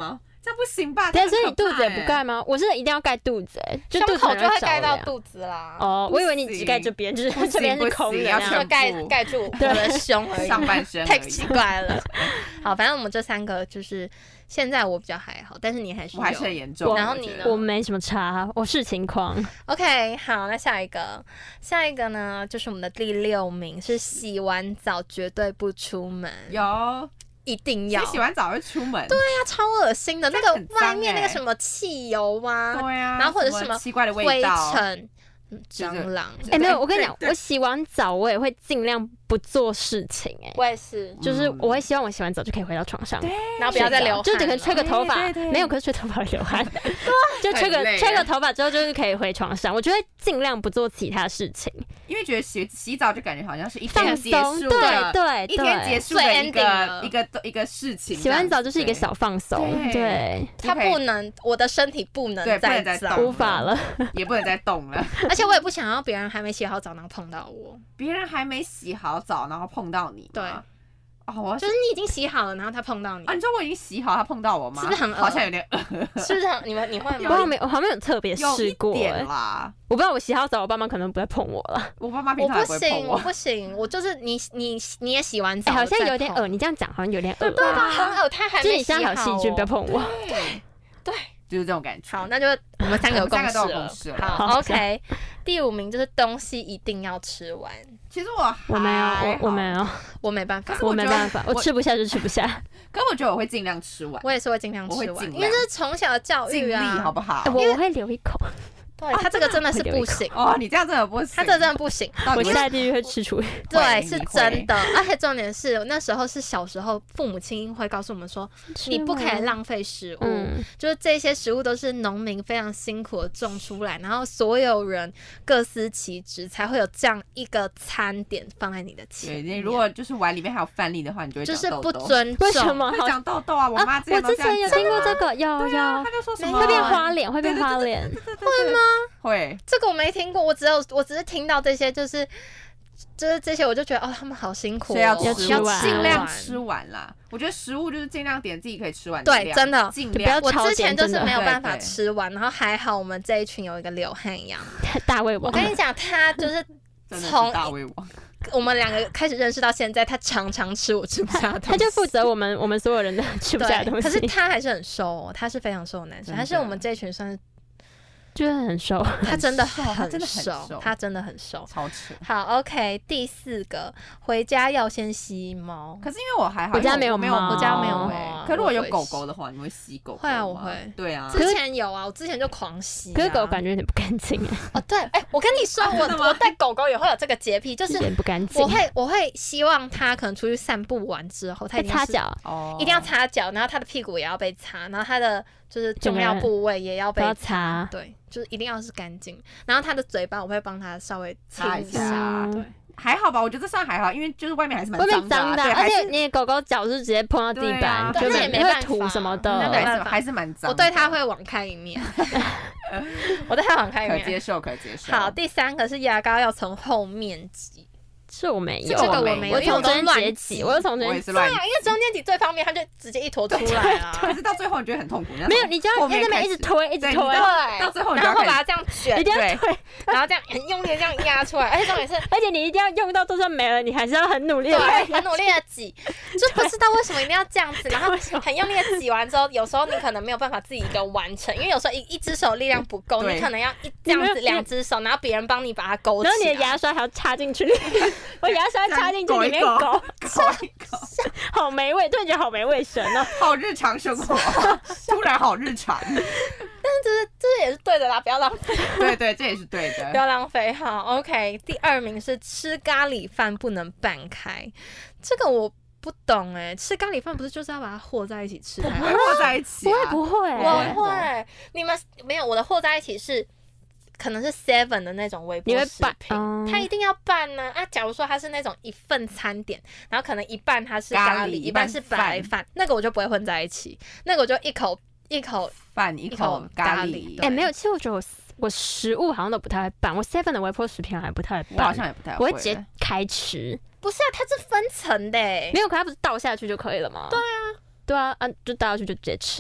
这不行吧？ 对，所以你肚子也不盖吗？我是一定要盖肚子，哎，就肚子胸口就会盖到肚子啦。 哦，我以为你只盖这边，就是这边是空的， 要就盖盖住我的胸而已， 上半身太奇怪了。好，反正我们这三个就是现在我比较还好，但是你还是有， 我还是很严重。 然后你呢？ 我没什么差，我视情况。 OK， 好，那下一个，下一个呢，就是我们的第六名是洗完澡绝对不出门。 有。 一定要洗完澡会出门， 对呀、啊，超恶心的，那个外面那个什么汽油啊， 对啊， 然后或者什么奇怪的灰尘、蟑螂， 哎、欸，没有，我跟你讲，我洗完澡我也会尽量不做事情、欸，哎， 我也是， 就是我会希望我洗完澡就可以回到床上， 然后不要再流汗， 就可能吹个头发，没有，可是吹头发会流汗，就吹个吹个头发之后就是可以回床上，我就会尽量不做其他事情， 因为觉得洗洗澡就感觉好像是一天结束的，对对， 一天结束的一个一个一个事情， 洗完澡就是一个小放松，对， 它不能，我的身体不能再再无法了， 也不能再动了， 而且我也不想要别人还没洗好澡然后碰到我， 别人还没洗好澡然后碰到你， 对。 哦， 就是你已经洗好了，然后他碰到你啊！你说我已经洗好，他碰到我吗？ 是不是很恶？ 好像有点恶， 是不是很？你们你会吗？ 我好像没，我好像没有特别试过、欸。 有一点啦， 我不知道我洗好澡，我爸妈可能不会碰我了。 我爸妈平常也不会碰我。我不行，我不行，我就是你你你也洗完澡、 欸，好像有点恶。你这样讲好像有点恶。 对吧？很恶，他还没洗好。 就你现在好细菌，不要碰我。 对对， 就是这种感觉。 好，那就我们三个有共识了。 识了好 ，OK。第五名就是东西一定要吃完。 其实我我没有，我我没有， 我没办法， 我没办法，我吃不下就吃不下。 可我觉得我会尽量吃完， 我也是会尽量吃完，因为这是从小的教育啊， 好不好？ 我我会留一口。 对他这个真的是不行哦，你这样真的不行， 他这真的不行。 我下地狱会吃出。 对，是真的。而且重点是那时候是小时候，父母亲会告诉我们说，你不可以浪费食物，嗯、就是这些食物都是农民非常辛苦的种出来，然后所有人各司其职，才会有这样一个餐点放在你的前面。 对，你如果就是碗里面还有饭粒的话，你就会就是不尊重。 为什么？ 会长痘痘啊！我妈之前我之前有听过这个，有有， 他就说什么会变花脸，会变花脸， 会吗？ 会。 这个我没听过，我只有我只是听到这些，就是就是这些，我就觉得哦，他们好辛苦、哦， 要吃要尽量吃完啦。我觉得食物就是尽量点自己可以吃完的量， 对，真的尽量。 我之前就是没有办法吃完，然后还好我们这一群有一个刘汉阳大胃王， 我跟你讲，他就是从大胃王。 我们两个开始认识到现在，他常常吃我吃不下的东西， 他就负责我们我们所有人的吃不下的东西。 可是他还是很瘦、哦，他是非常瘦的男生，他是我们这一群算是。 就是很瘦， 他真的很他真的很瘦， 他真的很瘦， 超扯。 好 ，OK， 第四个，回家要先吸猫。 可是因为我还好， 我家没有猫， 我家没有猫、 啊。可是如果有狗狗的话，你会吸狗狗吗？ 会啊，我会。 对啊， 之前有啊，我之前就狂吸、啊。 可是狗感觉有点不干净哎。 哦，对，哎、欸，我跟你说，我我带狗狗也会有这个洁癖，就是不干净。 我会我会希望它可能出去散步完之后，它一定擦脚， 哦，一定要擦脚，然后它的屁股也要被擦，然后它的就是重要部位也要被擦，擦对。就是一定要是干净，然后他的嘴巴我会帮他稍微擦一下，对， 还好吧，我觉得这算还好，因为就是外面还是蛮脏的，而且你的狗狗脚是直接碰到地板， 就是也没办法土什么的， 那没办法， 还是蛮脏。 我对他会网开一面，我对他网开一面， 可接受，可接受。 好，第三个是牙膏要从后面挤。 这我没有， 这个我没有， 我从中间挤，我是从中间挤， 对啊，因为中间挤最方便，它就直接一坨出来啊。 可是到最后你觉得很痛苦， 没有，你就要在那边一直推，一直推， 对， 到最后然后把它这样卷， 一定要推， 然后这样很用力的这样压出来，而且重点是， 而且你一定要用到就算没了，你还是要很努力的， 对，很努力的挤，就不知道为什么一定要这样子，然后很用力的挤完之后，有时候你可能没有办法自己一个完成，因为有时候一一只手力量不够，你可能要一这样子两只手，然后别人帮你把它勾起来， 然后你的牙刷还要插进去，我牙刷。插进去里面狗， 狗好没味，突然觉得好没卫生哦， 好日常生活，突然好日常。但是这是这也是对的啦，不要浪费。 对对，这也是对的， 不要浪费。好 ，OK。第二名是吃咖喱饭不能拌开，这个我不懂哎、欸，吃咖喱饭不是就是要把它和在一起吃？ 不会和在一起、 啊，不会不会、欸， 我会。你们没有我的和在一起是。可能是 seven 的那种微波食品，嗯、它一定要拌呢啊！假如说它是那种一份餐点，然后可能一半它是咖喱，一半是白饭，那个我就不会混在一起，那个我就一口一口饭一口咖喱。 哎、欸，没有，其实我觉得我我食物好像都不太会拌，我 seven 的微波食品还不太会拌， 我好像也不太会， 我会直接开吃。 不是啊，它是分层的、欸， 没有，可它不是倒下去就可以了吗？ 对啊， 对啊，啊，就倒下去就直接吃啊。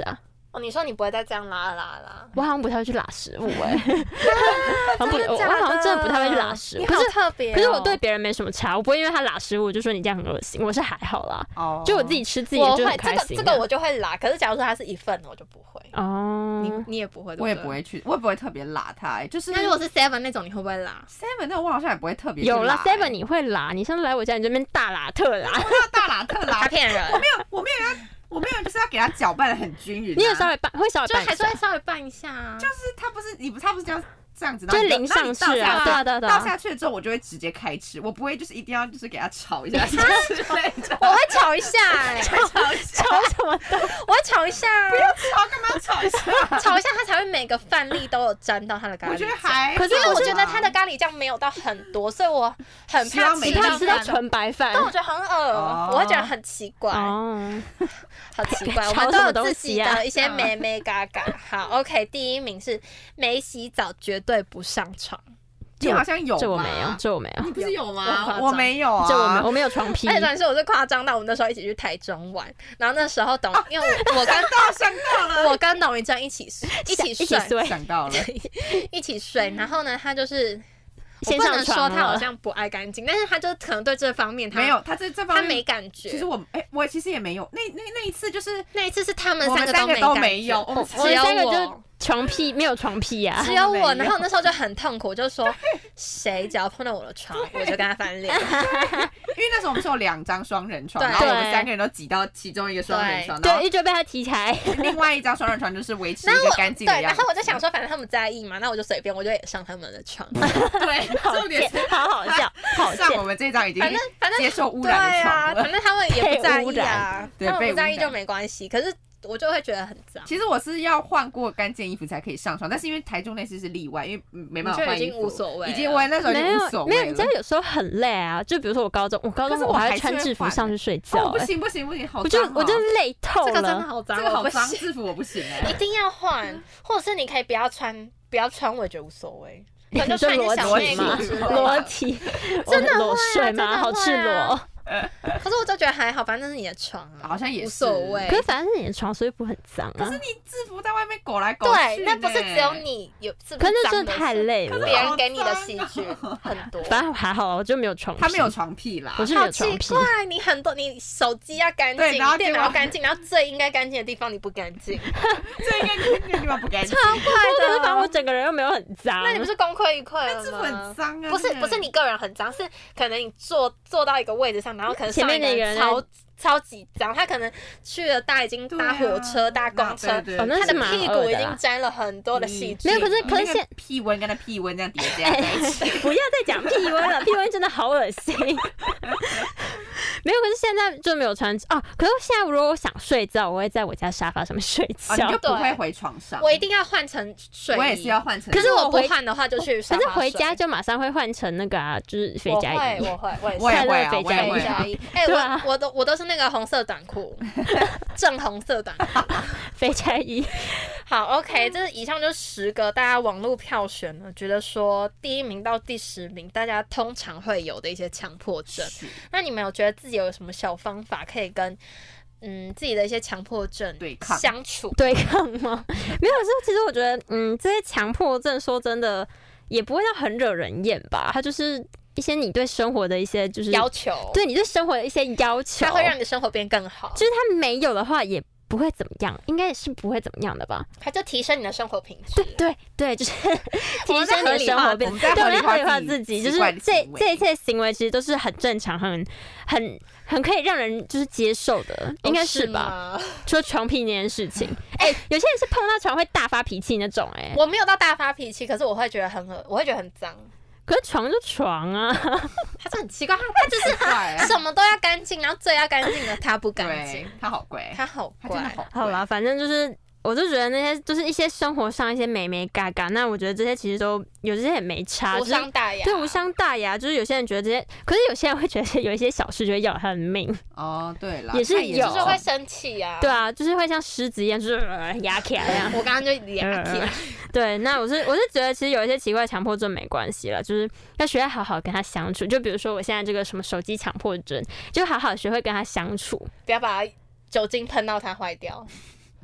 哦，你说你不会再这样拉拉拉？ 我好像不太会去拉食物哎、欸，好像不，我我好像真的不太会去拉食物。 可是特别、哦， 可是我对别人没什么差，我不会因为他拉食物我就说你这样很恶心，我是还好啦。哦，就我自己吃自己就很开心、 这个。这个我就会拉，可是假如说它是一份的，我就不会。 哦， 你你也不会，对不对？ 我也不会去，我也不会特别拉它、欸。就是那如果是 seven 那种，你会不会拉 ？seven 那我好像也不会特别、欸。 有啦 seven 你会拉，你上次来我家你这边大拉特拉， 我要大拉特拉， 他骗人。 我没有，我没有要。我没有，就是要给它搅拌的很均匀、啊。 你有稍微拌，会稍微拌， 就还是会稍微拌一下、啊。 就是它不是你不，它不是这样这样子， 就淋上去啊，对对对。 倒下去了之后，我就会直接开吃，我不会就是一定要就是给它炒一下之类的。 我会炒一下、欸， 炒一下， 炒什么的？ 我会炒一下、啊。 不要炒，干嘛要炒一下？ 炒一下，它才会每个饭粒都有沾到它的咖喱酱。 我觉得还， 可是我觉得它的咖喱酱没有到很多，所以我很怕吃到吃到纯白饭， 但我觉得很恶，哦、我会觉得很奇怪。哦，好奇怪，我们都有自己的一些美美嘎嘎。好 ，OK， 第一名是没洗澡绝对不上床。 你好像有， 这我没有，这我没有。 你不是有吗？我没有啊， 这我没有，我没有床癖。 而且但是我是夸张到我们那时候一起去台中玩，然后那时候董， 哦、 因为我跟想到了， 我跟董一正一起一起睡， 想到了， 一起睡。然后呢，他就是。我不能说他好像不爱干净，但是他就可能对这方面他没有，他这这方面他没感觉。 其实我哎、欸，我其实也没有。那那那一次就是那一次是他们三个都没都没有， 我们三个就床屁没有床屁呀、啊， 只有我。然后那时候就很痛苦，就说谁只要碰到我的床，我就跟他翻脸。 因为那时候我们是有两张双人床，然后我们三个人都挤到其中一个双人床， 对，一直被他踢开。 另外一张双人床就是维持一个干净的样子。 对，然后我就想说，反正他们在意嘛，那我就随便，我就也上他们的床。 对，重点是好好笑，好像我们这张已经反正反正接受污染的床了， 反正他们也不在意啊， 他们不在意就没关系。可是。我就会觉得很脏。 其实我是要换过干净衣服才可以上床，但是因为台中那次是例外，因为没办法换衣服， 已经无所谓， 已经我那时候已经无所谓了。 没有，你知道有时候很累啊，就比如说我高中，我高中我还会穿制服上去睡觉、欸哦，不行不行不行，好脏、哦！我就我就累透了， 这个真的好脏， 这个好脏，制服我不行哎、 欸，一定要换，或者是你可以不要穿，不要穿，我也觉得无所谓。 你就穿一些小内裤裸体， 真的裸睡吗？好赤裸。 可是我就觉得还好，反正是你的床啊， 好像也无所谓。 可是反正是你的床，所以不会很脏啊。 可是你制服在外面狗来狗去， 对，那不是只有你有，是不是？ 可是那真的太累了， 别人给你的细菌很多。 反正还好，我就没有床癖， 他没有床癖啦， 我是没有床癖。 好奇怪，你很多，你手机要干净， 然后电脑要干净，然后最应该干净的地方你不干净， 最应该干净的地方不干净， 超怪的。 可是反正我整个人又没有很脏， 那你不是功亏一篑了吗？ 制服很脏啊， 不是不是你个人很脏，是可能你坐坐到一个位置上，然后可能前面那个人超超级脏，他可能去了搭已经搭火车、搭公车，他的屁股已经沾了很多的细菌。 没有，可是可是现屁温跟他屁温这样叠加在一起， 不要再讲屁温了，屁温真的好恶心。没有，可是现在就没有穿哦。可是现在如果我想睡觉，我会在我家沙发上面睡觉， 你就不会回床上。 我一定要换成睡衣， 我也是要换成。 可是我不换的话，就去沙发睡。 可是回家就马上会换成那个啊，就是肥宅衣。 我会，我会， 我也会啊， 肥宅衣。哎，我我都我都是那个红色短裤，正红色短裤， 肥宅衣。 好 ，OK， 这以上就十个大家网络票选呢，觉得说第一名到第十名，大家通常会有的一些强迫症。那你们有觉得自己有什么小方法可以跟嗯自己的一些强迫症对抗相处对抗吗？没有，是其实我觉得嗯这些强迫症说真的也不会到很惹人厌吧，它就是一些你对生活的一些就是要求， 对你对生活的一些要求， 它会让你的生活变更好。 就是它没有的话也不会怎么样，应该也是不会怎么样的吧？ 它就提升你的生活品质。 对对对，就是提升你的生活品质。对，我们在合理化自己，就是这这一切行为其实都是很正常、很很很可以让人就是接受的，应该是吧？除了床屁那件事情，哎、欸，有些人是碰到床会大发脾气那种、欸，哎， 我没有到大发脾气，可是我会觉得很恶，我会觉得很脏。 可是床就床啊， 他是很奇怪，他就是什么都要干净，然后最要干净的他不干净， 他好乖， 他好乖， 好好啦，反正就是。我就觉得那些就是一些生活上一些美美嘎嘎，那我觉得这些其实都有这些也没差， 无伤大雅。 对，无伤大雅。就是有些人觉得这些，可是有些人会觉得有一些小事就会要他的命。 哦，对啦， 也是有， 就是会生气啊。 对啊，就是会像狮子一样，就是压起来这样。 我刚刚就压起来。 对，那我是我是觉得其实有一些奇怪强迫症没关系了，就是要学会好好跟他相处。就比如说我现在这个什么手机强迫症，就好好学会跟他相处， 不要把酒精喷到它坏掉。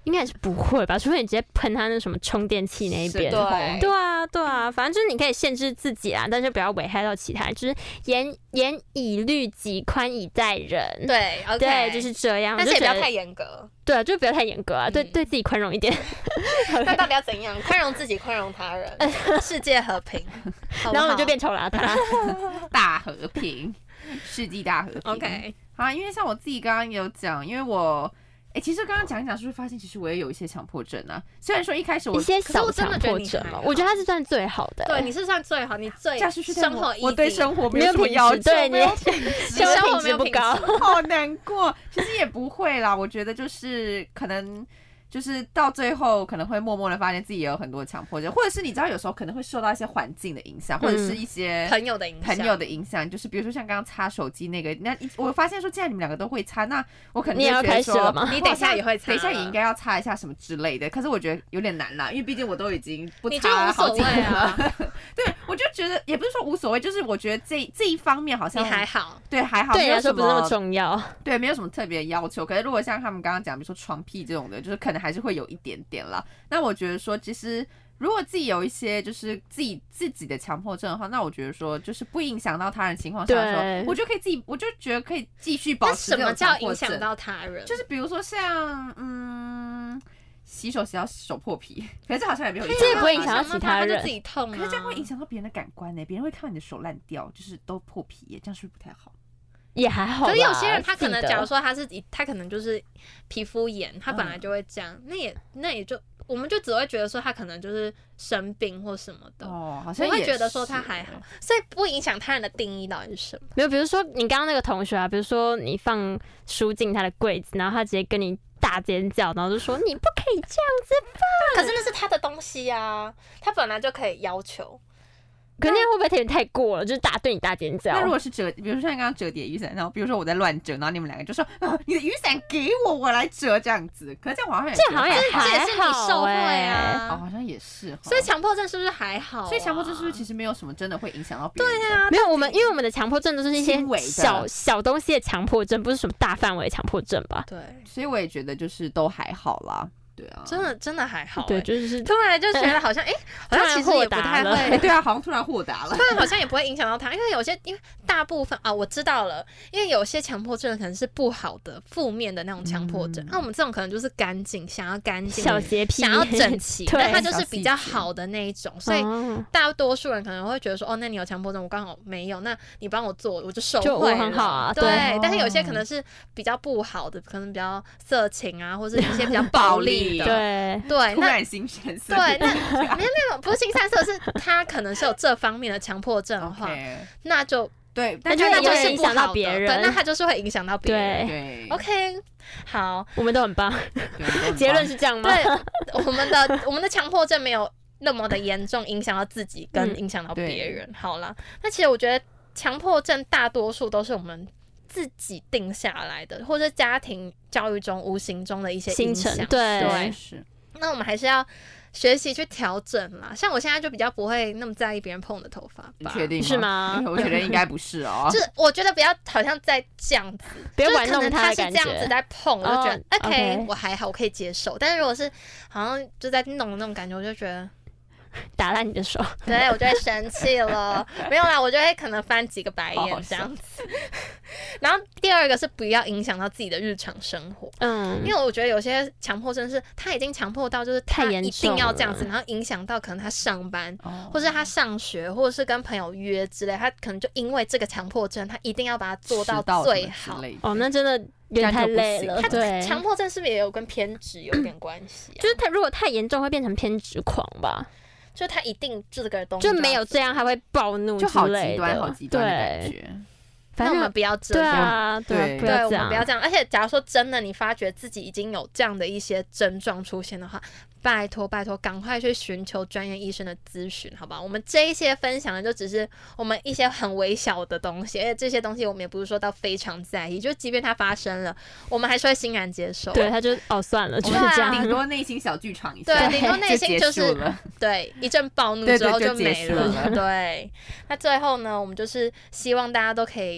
应该是不会吧？除非你直接喷他那什么充电器那一边。 对对啊，对啊，反正就是你可以限制自己啦，但是不要危害到其他人。就是严严以律己，宽以待人。 对 ，OK， 对，就是这样。 但是也不要太严格。 对啊，就不要太严格啊，嗯、对对自己宽容一点。 那到底要怎样？宽容自己，宽容他人，世界和平。好好然后我们就变丑邋遢， 大和平，世纪大和平。 OK， 好，因为像我自己刚刚有讲，因为我。哎、欸，其实刚刚讲一讲，是不是发现其实我也有一些强迫症啊？虽然说一开始我一些小强迫症嘛，我觉得他是算最好的、欸。 对，你是算最好，你最生活， 我对生活没有什么要求， 对你生活品质不高， 好难过。其实也不会啦，我觉得就是可能。就是到最后可能会默默的发现自己也有很多强迫症，或者是你知道有时候可能会受到一些环境的影响，或者是一些朋友的影响， 朋友的影响，就是比如说像刚刚擦手机那个，那我发现说既然你们两个都会擦，那我可能就觉得说你等一下也会擦， 等一下也应该要擦一下什么之类的。可是我觉得有点难啦，因为毕竟我都已经不擦好几年了。对，我就觉得也不是说无所谓，就是我觉得这这一方面好像你还好， 对还好， 对你来说不是那么重要， 对，没有什么特别的要求。可是如果像他们刚刚讲，比如说床癖这种的，就是可能还是会有一点点啦。那我觉得说，其实如果自己有一些就是自己自己的强迫症的话，那我觉得说就是不影响到他人情况下的时候，我就可以自己，我就觉得可以继续保持这种强迫症。 什么叫影响到他人？ 就是比如说像嗯。洗手洗到手破皮，可是这好像也没有影响， 这也不会影响到其他人， 自己痛啊。 可是这样会影响到别人的感官呢、欸，别人会看到你的手烂掉，就是都破皮耶、欸，这样是不是不太好？ 也还好， 可是有些人他可能，假如说他是他可能就是皮肤炎，他本来就会这样，嗯、那也那也就我们就只会觉得说他可能就是生病或什么的， 哦，好像也不会觉得说他还好，所以不影响他人的定义到底是什么？ 没有，比如说你刚刚那个同学啊，比如说你放书进他的柜子，然后他直接跟你大尖叫，然后就说你不可以这样子放， 可是那是他的东西啊，他本来就可以要求。 可那样会不会有点太过了？就是大对你大尖叫。 那如果是折，比如说像刚刚折叠雨伞，然后比如说我在乱折，然后你们两个就说、啊、你的雨伞给我，我来折这样子。可是这样好像也这好像也还好、欸， 这也是你受贿啊。 哦，好像也是。 所以强迫症是不是还好、啊？ 所以强迫症是不是其实没有什么真的会影响到别人？ 对啊， 没有我们，因为我们的强迫症都是一些小小东西的强迫症，不是什么大范围强迫症吧？ 对， 所以我也觉得就是都还好啦。对啊， 真的真的还好、欸， 对，就是突然就觉得好像哎、欸，好像其实也不太会， 对啊，好像突然豁达了， 突然好像也不会影响到他，因为有些因为大部分啊，我知道了，因为有些强迫症可能是不好的、负面的那种强迫症，那、嗯啊、我们这种可能就是干净，想要干净、 小洁癖， 想要整齐，那它就是比较好的那一种，所以大多数人可能会觉得说，哦，那你有强迫症，我刚好没有，那你帮我做，我就受惠了， 就我很好啊， 对。对但是有些可能是比较不好的，可能比较色情啊，或是一些比较暴力的， 对。 对， 突然新鲜色。 对，那没有没有，不是新三色，是他可能是有这方面的强迫症的话， okay. 那就对， 那就那就是影响到别人， 对，那他就是会影响到别人。 对 ，OK， 好， 我们都很棒。结论是这样吗？ 对，我们的我们的强迫症没有那么的严重，影响到自己跟影响到别人。嗯、好啦，那其实我觉得强迫症大多数都是我们自己定下来的，或者家庭教育中无形中的一些影响。 对， 对是。 那我们还是要学习去调整啦。像我现在就比较不会那么在意别人碰我的头发吧。 你确定吗？ 是吗？ 我觉得应该不是哦。 就是我觉得不要好像在这样子， 不要玩弄他的感觉。 就是可能他是这样子在碰，我就觉得、 oh, OK， okay. 我还好，我可以接受。但是如果是好像就在弄的那种感觉，我就觉得。 打烂你的手， 对我就会生气了。没有啦，我就会可能翻几个白眼这样子。然后第二个是不要影响到自己的日常生活，嗯，因为我觉得有些强迫症是他已经强迫到就是他一定要这样子，然后影响到可能他上班，或是他上学，或者是跟朋友约之类，他可能就因为这个强迫症，他一定要把它做到最好。 哦，那真的有点太累了。 他强迫症是不是也有跟偏执有点关系、啊？ 就是他如果太严重，会变成偏执狂吧。 就他一定这个东西就没有这样，他会暴怒之类的， 就好极端，好极端的感觉。 反正我们不要这样，对啊，对， 对，我们不要这样。而且，假如说真的你发觉自己已经有这样的一些症状出现的话，拜托拜托，赶快去寻求专业医生的咨询，好不好？我们这一些分享的就只是我们一些很微小的东西，而且这些东西我们也不是说到非常在意，就即便它发生了，我们还是会欣然接受。 对，他就哦算了，就是这样， 顶多内心小剧场一下， 对，顶多内心就是对一阵暴怒之后就没了。对，那最后呢，我们就是希望大家都可以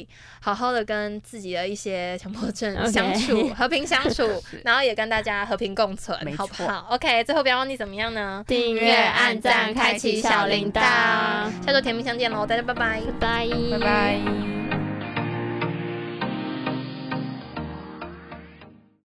以好好的跟自己的一些强迫症相处， okay. 和平相处，然后也跟大家和平共存，好不好 ？OK， 最后不要忘记怎么样呢？ 订阅、按赞、开启小铃铛， 下周甜蜜相见喽，大家拜拜， 拜拜， 拜拜。